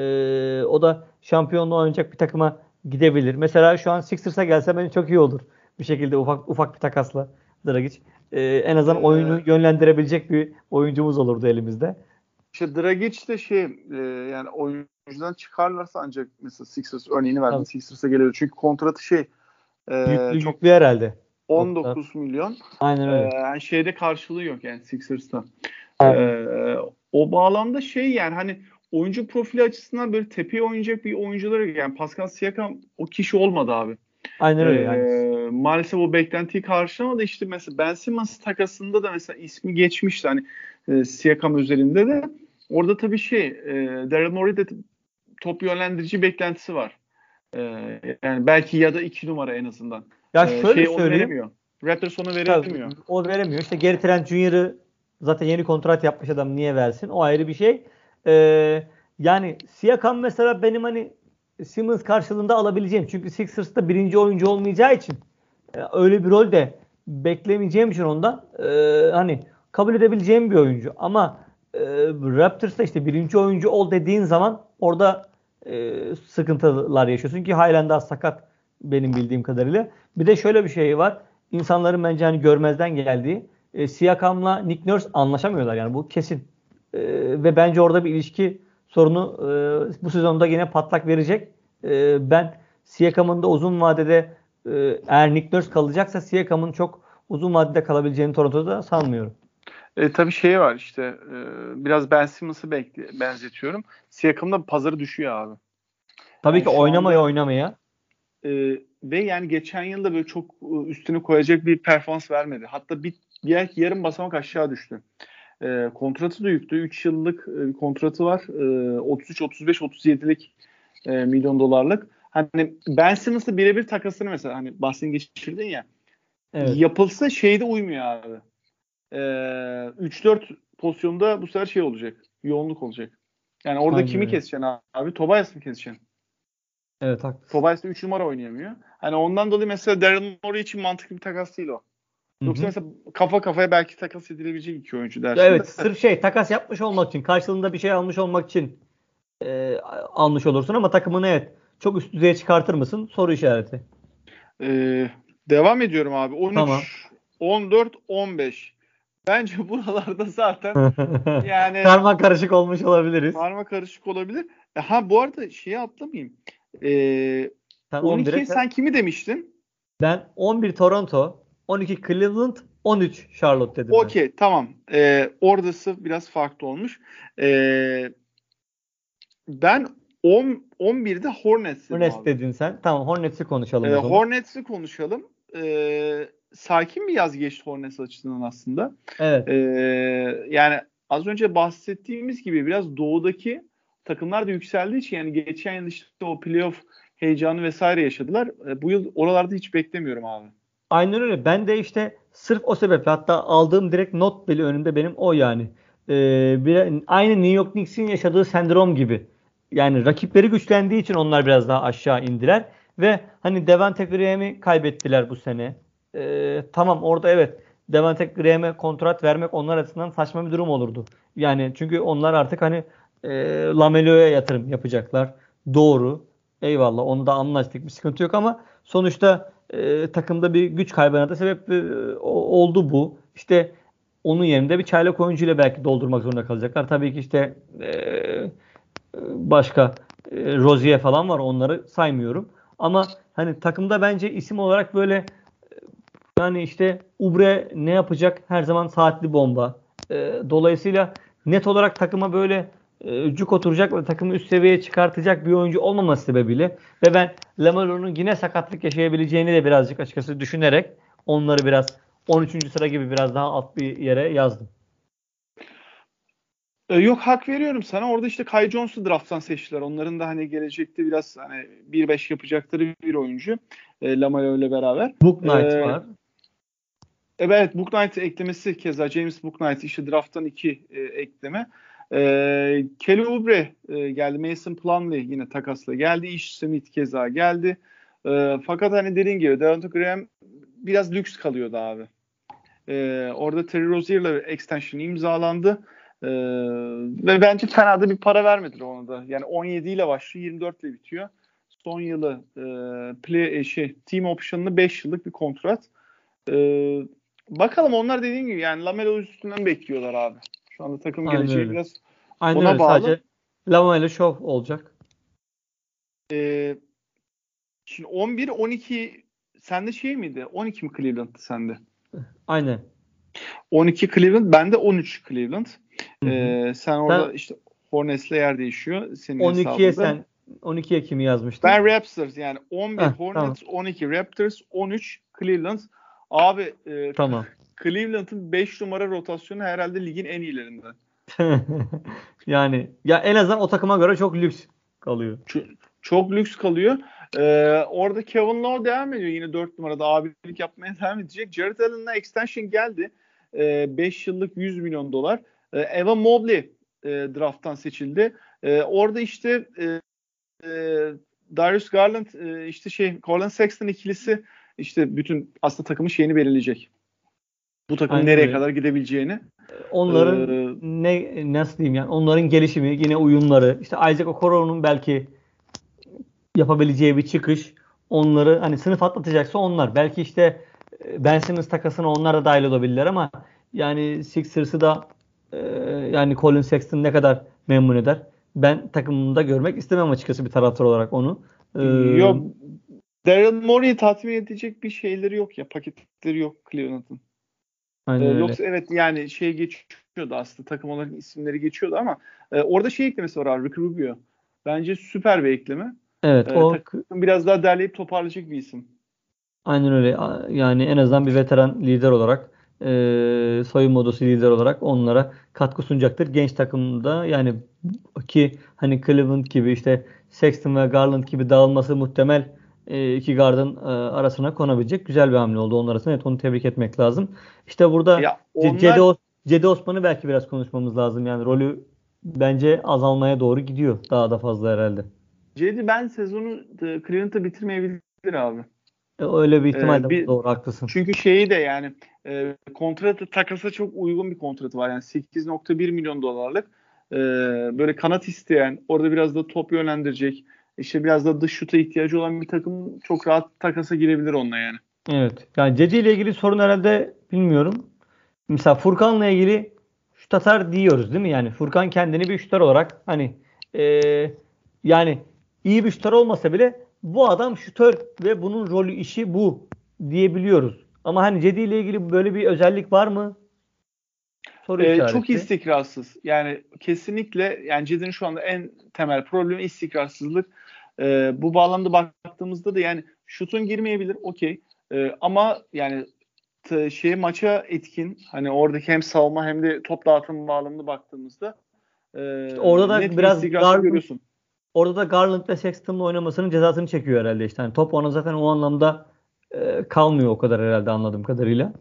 E, o da şampiyonluğu oynayacak bir takıma gidebilir. Mesela şu an Sixers'a gelse bence çok iyi olur. Bir şekilde ufak ufak bir takasla Dragic. E, en azından Ee, oyunu yönlendirebilecek bir oyuncumuz olurdu elimizde. İşte Dragic de şey e, yani oyuncudan çıkarlarsa ancak mesela Sixers örneğini verdim. Tabii. Sixers'a gelebilir. Çünkü kontratı şey e, Yüklü çok yüklü herhalde. on dokuz milyon. Aynen E, öyle. yani şeyde karşılığı yok yani Sixers'ta. Aynen. E, o bağlamda şey yani hani oyuncu profili açısından böyle tepeye oynayacak bir oyuncuları yani Pascal Siakam o kişi olmadı abi. Aynen öyle Ee, yani. Maalesef o beklentiyi karşılamadı. İşte mesela Ben Simmons takasında da mesela ismi geçmişti hani e, Siakam üzerinde de. Orada tabii şey e, Daryl Morey'de top yönlendirici beklentisi var. E, yani belki ya da iki numara en azından. Ya E, şöyle şey onu söyleyeyim. veremiyor. Raptors onu Tabii, veremiyor. o veremiyor. İşte Gary Trent Junior'ı zaten yeni kontrat yapmış adam, niye versin? O ayrı bir şey. Ee, yani Siakam mesela benim hani Simmons karşılığında alabileceğim. Çünkü Sixers'ta birinci oyuncu olmayacağı için e, öyle bir rol de beklemeyeceğim için ondan e, hani kabul edebileceğim bir oyuncu. Ama e, Raptors'ta işte birinci oyuncu ol dediğin zaman orada e, sıkıntılar yaşıyorsun ki halen daha sakat benim bildiğim kadarıyla. Bir de şöyle bir şey var. İnsanların bence hani görmezden geldiği e, Siakam'la Nick Nurse anlaşamıyorlar yani bu kesin. E, ve bence orada bir ilişki sorunu e, bu sezonda yine patlak verecek. E, ben Siakam'ın da uzun vadede e, eğer Nick Nurse kalacaksa Siakam'ın çok uzun vadede kalabileceğini Toronto'da sanmıyorum. E, tabii şey var işte e, biraz Ben Simmons'ı bekle- benzetiyorum. Siakam'da pazarı düşüyor abi. Tabii Yani ki şu oynamaya anda- oynamaya. Ee, ve yani geçen yılda böyle çok üstüne koyacak bir performans vermedi. Hatta bir belki yarım basamak aşağı düştü. Ee, kontratı da yüktü. üç yıllık e, kontratı var. Ee, otuz üç, otuz beş, otuz yedilik e, milyon dolarlık. Hani Ben Simmons'la birebir takasını mesela hani bahsini geçirdin ya. Evet. Yapılsa şeyde uymuyor abi. Ee, üç dört pozisyonda bu sefer şey olacak. Yoğunluk olacak. Yani orada Aynen kimi öyle. keseceksin abi? Tobias mı keseceksin? Evet, haklısın. Tobias da üç numara oynayamıyor. Hani ondan dolayı mesela Daryl Morey için mantıklı bir takas değil o. Yoksa Hı hı. mesela kafa kafaya belki takas edilebilecek iki oyuncu dersin. Ya evet, de. sırf şey takas yapmış olmak için, karşılığında bir şey almış olmak için e, almış olursun ama takımını evet çok üst düzeye çıkartır mısın? Soru işareti. Ee, devam ediyorum abi. on üç, Tamam. on dört, on beş. Bence buralarda zaten yani Karma karışık olmuş olabiliriz. karma karışık olabilir. E, ha bu arada şeyi atlamayayım. Ee, Sen on on bire ikiye sen kimi demiştin? ben on bir Toronto, on iki Cleveland, on üç Charlotte dedim ben. Okey, tamam. Ee, oradası biraz farklı olmuş. Ee, Ben on, on birde Hornets dedim Hornets abi. dedin sen. Tamam, Hornets'i konuşalım Ee, o zaman. Hornets'i konuşalım. Ee, sakin bir yaz geçti Hornets açısından aslında. Evet. Ee, yani az önce bahsettiğimiz gibi biraz doğudaki takımlar da yükseldiği için yani geçen yıl işte o playoff heyecanı vesaire yaşadılar. Ee, bu yıl oralarda hiç beklemiyorum abi. Aynen öyle. Ben de işte sırf o sebeple, hatta aldığım direkt not bile önümde benim o yani. Ee, bir, aynı New York Knicks'in yaşadığı sendrom gibi. Yani rakipleri güçlendiği için onlar biraz daha aşağı indiler. Ve hani Devante Graham'i kaybettiler bu sene. Ee, tamam, orada evet, Devante Graham'e kontrat vermek onlar açısından saçma bir durum olurdu. Yani çünkü onlar artık hani e, Lamelo'ya yatırım yapacaklar. Doğru. Eyvallah, onda anlaştık, bir sıkıntı yok ama sonuçta e, takımda bir güç kaybına da sebep e, oldu bu. İşte onun yerinde bir çaylak oyuncuyla belki doldurmak zorunda kalacaklar. Tabii ki işte e, başka e, Rozier falan var, onları saymıyorum. Ama hani takımda bence isim olarak böyle yani işte Oubre ne yapacak? Her zaman saatli bomba. E, dolayısıyla net olarak takıma böyle e, cuk oturacak ve takımı üst seviyeye çıkartacak bir oyuncu olmaması sebebiyle ve ben Lamelo'nun yine sakatlık yaşayabileceğini de birazcık açıkçası düşünerek onları biraz on üçüncü sıra gibi biraz daha alt bir yere yazdım. Ee, yok, hak veriyorum sana. Orada işte Kai Jones'u draft'tan seçtiler. Onların da hani gelecekte biraz hani bir beş yapacakları bir oyuncu. E, Lamelo ile beraber. Bouknight Ee, var. Evet, Bouknight eklemesi keza James Bouknight işte draft'tan iki e, ekleme. E, Kelly Oubre e, geldi. Mason Plumlee yine takasla geldi. Ish Smith keza geldi. E, fakat hani dediğin gibi Devonta Graham biraz lüks kalıyordu abi. E, orada Terry Rozier'la extension imzalandı. E, ve bence fena da bir para vermediler ona da. Yani on yedi ile başlıyor, yirmi dört ile bitiyor. Son yılı e, play, şey, team option'lı beş yıllık bir kontrat. Eee Bakalım, onlar dediğim gibi yani Lamelo üstünden bekliyorlar abi. Şu anda takım Aynen geleceği öyle. biraz Aynen ona öyle. bağlı. Sadece Lamelo Show olacak. Ee, şimdi on bir on iki sende şey miydi? on iki mi Cleveland'dı sende? Aynen. on iki Cleveland, bende on üç Cleveland. Hı hı. Ee, sen orada Sen işte Hornets'le yer değişiyor senin on ikiye hesabında. sen on ikiye kimi yazmıştın? Ben Raptors, yani on bir Heh, tamam. Hornets, on iki Raptors, on üç Cleveland. Abi e, Tamam. Cleveland'ın beş numara rotasyonu herhalde ligin en iyilerinden. Yani ya en azından o takıma göre çok lüks kalıyor. Çok, çok lüks kalıyor. Ee, orada Kevin Love devam ediyor. Yine dört numarada abilik yapmaya devam edecek. Jared Allen'la extension geldi. Ee, beş yıllık yüz milyon dolar. Ee, Evan Mobley e, draft'tan seçildi. Ee, orada işte e, e, Darius Garland e, işte şey Colin Sexton ikilisi işte bütün aslında takımın şeyini belirleyecek. Bu takım Aynen nereye öyle. kadar gidebileceğini. Onların Ee, ne nasıl diyeyim yani onların gelişimi, yine uyumları, işte Isaac Okoro'nun belki yapabileceği bir çıkış, onları hani sınıf atlatacaksa onlar. Belki işte e, Ben Simmons takasına onlar da dahil olabilirler ama yani Sixers'ı da e, yani Colin Sexton ne kadar memnun eder? Ben takımımda görmek istemem açıkçası bir taraftar olarak onu. Ee, yok, Daryl Morey'i tatmin edecek bir şeyleri yok ya. Paketleri yok Cleveland'ın. Ee, aynen öyle. yoksa evet yani şey geçiyordu aslında, takım olarak isimleri geçiyordu ama e, orada şey eklemesi var abi, Ricky Rubio. Bence süper bir ekleme. Evet, E, o takım biraz daha derleyip toparlayacak bir isim. aynen öyle. A- Yani en azından bir veteran lider olarak, e, soyunma odası lider olarak onlara katkı sunacaktır. Genç takımda yani ki hani Cleveland gibi işte Sexton ve Garland gibi dağılması muhtemel e, iki guard'ın e, arasına konabilecek güzel bir hamle oldu onlar arasında. Evet, onu tebrik etmek lazım. İşte burada Ya C- Cedi, onlar Os- Cedi Osman'ı belki biraz konuşmamız lazım. Yani rolü bence azalmaya doğru gidiyor. Daha da fazla herhalde. Cedi ben sezonu e, Cleveland'da bitirmeyebilir abi. E, öyle bir ihtimal E, de var. bir Doğru, haklısın. çünkü şeyi de yani e, kontratı takasa çok uygun bir kontratı var. Yani sekiz nokta bir milyon dolarlık. E, böyle kanat isteyen, orada biraz da top yönlendirecek, işte biraz da dış şuta ihtiyacı olan bir takım çok rahat takasa girebilir onunla yani. Evet. Yani Cedi ile ilgili sorun herhalde bilmiyorum. Mesela Furkan'la ilgili şut atar diyoruz değil mi? Yani Furkan kendini bir şutör olarak hani eee, yani iyi bir şutör olmasa bile bu adam şutör ve bunun rolü, işi bu diyebiliyoruz. Ama hani Cedi ile ilgili böyle bir özellik var mı? soru Ee, işareti. çok istikrarsız. Yani kesinlikle yani Cedi'nin şu anda en temel problemi istikrarsızlık. Ee, bu bağlamda baktığımızda da yani şutun girmeyebilir, okey. Ee, ama yani t- şeye maça etkin, hani oradaki hem savunma hem de top dağıtımı bağlamında baktığımızda e, İşte orada da net bir biraz istikrarsızlık Garland, görüyorsun. orada da Garland ve Sexton'la oynamasının cezasını çekiyor herhalde işte. Yani top ona zaten o anlamda e, kalmıyor o kadar herhalde anladığım kadarıyla.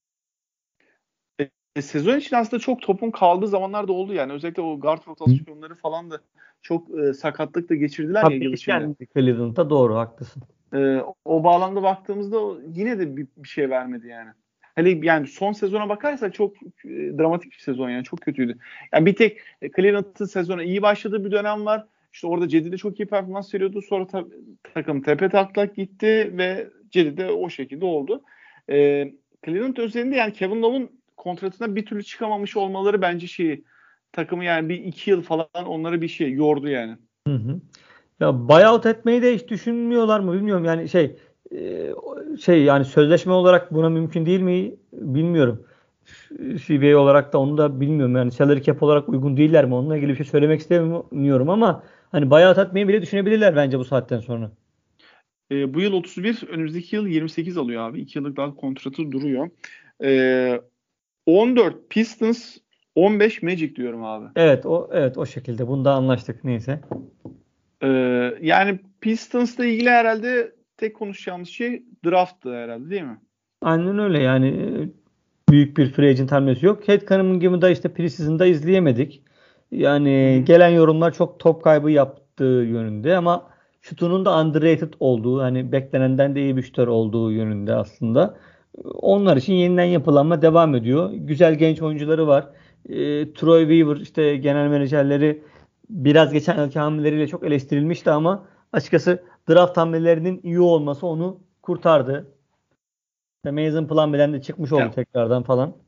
E, sezon için aslında çok topun kaldığı zamanlar da oldu yani. Özellikle o guard rotasyonları falan da çok e, sakatlık da geçirdiler ya Tabii yıl içinde. değişken Cleveland'da doğru haklısın. E, o bağlamda baktığımızda o yine de bir, bir şey vermedi yani. Hele yani son sezona bakarsak çok e, dramatik bir sezon yani. Çok kötüydü. Yani bir tek e, Cleveland'ın sezona iyi başladığı bir dönem var. İşte orada Cedi de çok iyi performans veriyordu. Sonra ta- takım tepe taklak gitti ve Cedi de o şekilde oldu. E, Cleveland özelinde yani Kevin Love'un kontratına bir türlü çıkamamış olmaları bence şeyi takımı yani bir iki yıl falan onları bir şey yordu yani. Hı hı. Ya buyout etmeyi de hiç düşünmüyorlar mı bilmiyorum. Yani şey e, şey yani sözleşme olarak buna mümkün değil mi bilmiyorum. C B A olarak da onu da bilmiyorum. Yani salary cap olarak uygun değiller mi? Onunla ilgili bir şey söylemek istemiyorum ama hani buyout etmeyi bile düşünebilirler bence bu saatten sonra. E, bu yıl otuz bir, önümüzdeki yıl yirmi sekiz alıyor abi. iki yıllık daha kontratı duruyor. E, on dört Pistons, on beş Magic diyorum abi. Evet o evet o şekilde. Bunda anlaştık neyse. E, yani Pistons'la ilgili herhalde tek konuşacağımız şey draft'tı herhalde değil mi? Aynen öyle yani e, büyük bir free agent hamlesi yok. Cade Cunningham'ı da işte preseason'da izleyemedik. Hı Yani hı. gelen yorumlar çok top kaybı yaptığı yönünde ama şutunun da underrated olduğu hani beklenenden de iyi bir şutör olduğu yönünde aslında. Onlar için yeniden yapılanma devam ediyor. Güzel genç oyuncuları var. E, Troy Weaver işte genel menajerleri biraz geçen yılki hamleleriyle çok eleştirilmişti ama açıkçası draft hamlelerinin iyi olması onu kurtardı. İşte Mason Plumlee'den de çıkmış oldu Yani tekrardan falan.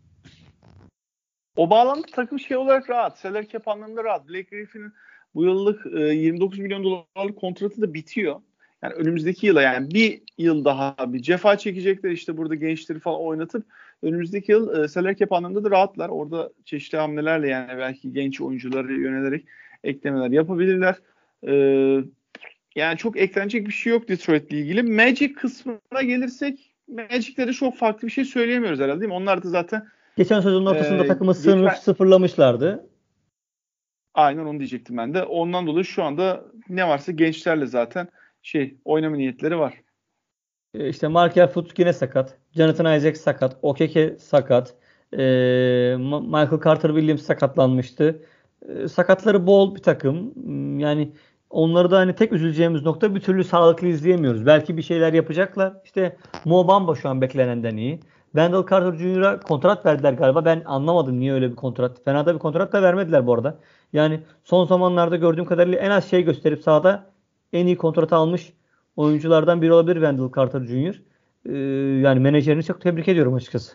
o bağlamda takım şey olarak rahat. Salary cap anlamında rahat. Blake Griffin'in bu yıllık e, yirmi dokuz milyon dolarlık kontratı da bitiyor. Yani önümüzdeki yıla yani bir yıl daha bir cefa çekecekler işte burada gençleri falan oynatıp önümüzdeki yıl e, salary cap anlamında da rahatlar. Orada çeşitli hamlelerle yani belki genç oyuncuları yönelerek eklemeler yapabilirler. E, yani çok eklenecek bir şey yok Detroit'le ilgili. Magic kısmına gelirsek Magic'te de çok farklı bir şey söyleyemiyoruz herhalde değil mi? Onlar da zaten Geçen sezonun ortasında e, takımı sınıf geçen sıfırlamışlardı. aynen onu diyecektim ben de. Ondan dolayı şu anda ne varsa gençlerle zaten şey oynama niyetleri var. E, İşte Markel Fultz yine sakat. Jonathan Isaac sakat. Okeke sakat. E, Ma- Michael Carter Williams sakatlanmıştı. E, sakatları bol bir takım. Hmm, Yani onları da hani tek üzüleceğimiz nokta bir türlü sağlıklı izleyemiyoruz. Belki bir şeyler yapacaklar. İşte Mo Bamba şu an beklenenden iyi. Wendell Carter Junior'a kontrat verdiler galiba. Ben anlamadım niye öyle bir kontrat. Fena da bir kontrat da vermediler bu arada. Yani son zamanlarda gördüğüm kadarıyla en az şey gösterip sahada en iyi kontratı almış oyunculardan biri olabilir Wendell Carter Junior Ee, yani menajerini çok tebrik ediyorum açıkçası.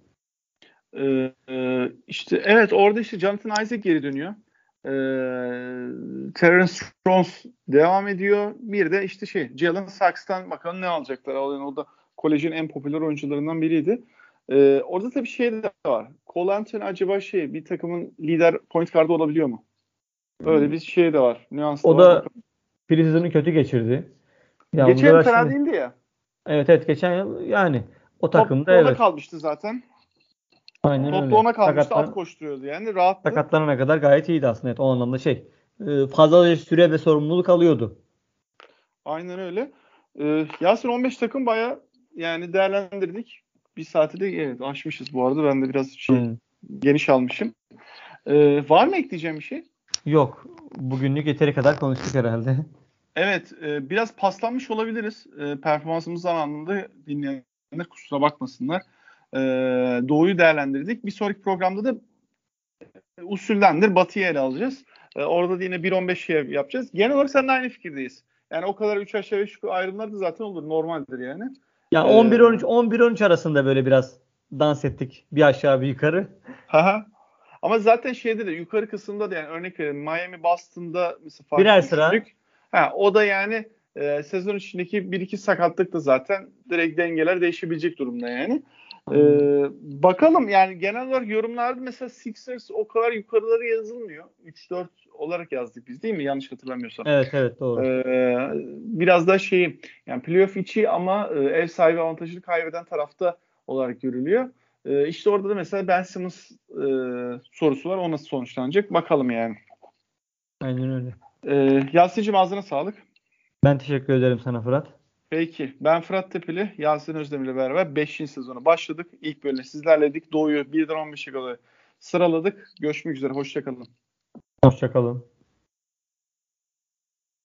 Ee, e, işte evet orada işte Jonathan Isaac geri dönüyor. Ee, Terrence Jones devam ediyor. Bir de işte şey Jalen Saks'tan bakalım ne alacaklar. Yani o da kolejin en popüler oyuncularından biriydi. Ee, orada tabii şey de var. Cole Anthony acaba şey bir takımın lider point guardı olabiliyor mu? Öyle bir şey de var. Nüans da O var. da Bakalım. preseason'ı kötü geçirdi. Ya Geçen burada yıl da fena şimdi değildi ya. evet evet geçen yıl yani o takımda Topla ona evet kalmıştı zaten. aynen Topla öyle. ona kalmıştı. At Sakatlan, koşturuyordu yani. Rahattı. sakatlanana kadar gayet iyiydi aslında. Evet, o anlamda şey e, fazla süre ve sorumluluk alıyordu. Aynen öyle. Ee, Yasin on beş takım baya yani değerlendirdik. Bir saati de evet aşmışız bu arada. Ben de biraz şey Hmm. geniş almışım. Ee, var mı ekleyeceğim bir şey? Yok. Bugünlük yeteri kadar konuştuk herhalde. Evet. E, biraz paslanmış olabiliriz. E, performansımız anlamında dinleyenler kusura bakmasınlar. E, Doğu'yu değerlendirdik. Bir sonraki programda da usuldendir Batı'yı ele alacağız. E, orada da yine bir on beş şey yapacağız. Genel olarak seninle aynı fikirdeyiz. Yani o kadar üç aşağı beş yukarı ayrımlar da zaten olur. Normaldir yani. Ya E, on bir on üç on bir on üç arasında böyle biraz dans ettik. Bir aşağı bir yukarı. haha. Ama zaten şeyde de yukarı kısımda da yani örnek verelim Miami Boston'da mesela fark Birer sıra. düşündük. Ha, o da yani e, sezon içindeki bir iki sakatlık da zaten direkt dengeler değişebilecek durumda yani. E, bakalım yani genel olarak yorumlarda mesela Sixers o kadar yukarıları yazılmıyor. üç dört olarak yazdık biz değil mi? Yanlış hatırlamıyorsam. Evet evet doğru. E, biraz da şey yani playoff içi ama e, ev sahibi avantajını kaybeden tarafta olarak görülüyor. E, işte orada da mesela Ben Simmons e, sorusu var. O nasıl sonuçlanacak? Bakalım yani. Aynen öyle. E, Yasin'cim ağzına sağlık. Ben teşekkür ederim sana Fırat. Peki. Ben Fırat Tepeli, Yasin Özdemir ile beraber beşinci sezonu başladık. İlk bölümde sizlerleydik. Doğu'yu birden on beşe kadar sıraladık. Görüşmek üzere. Hoşça kalın. Hoşça kalın.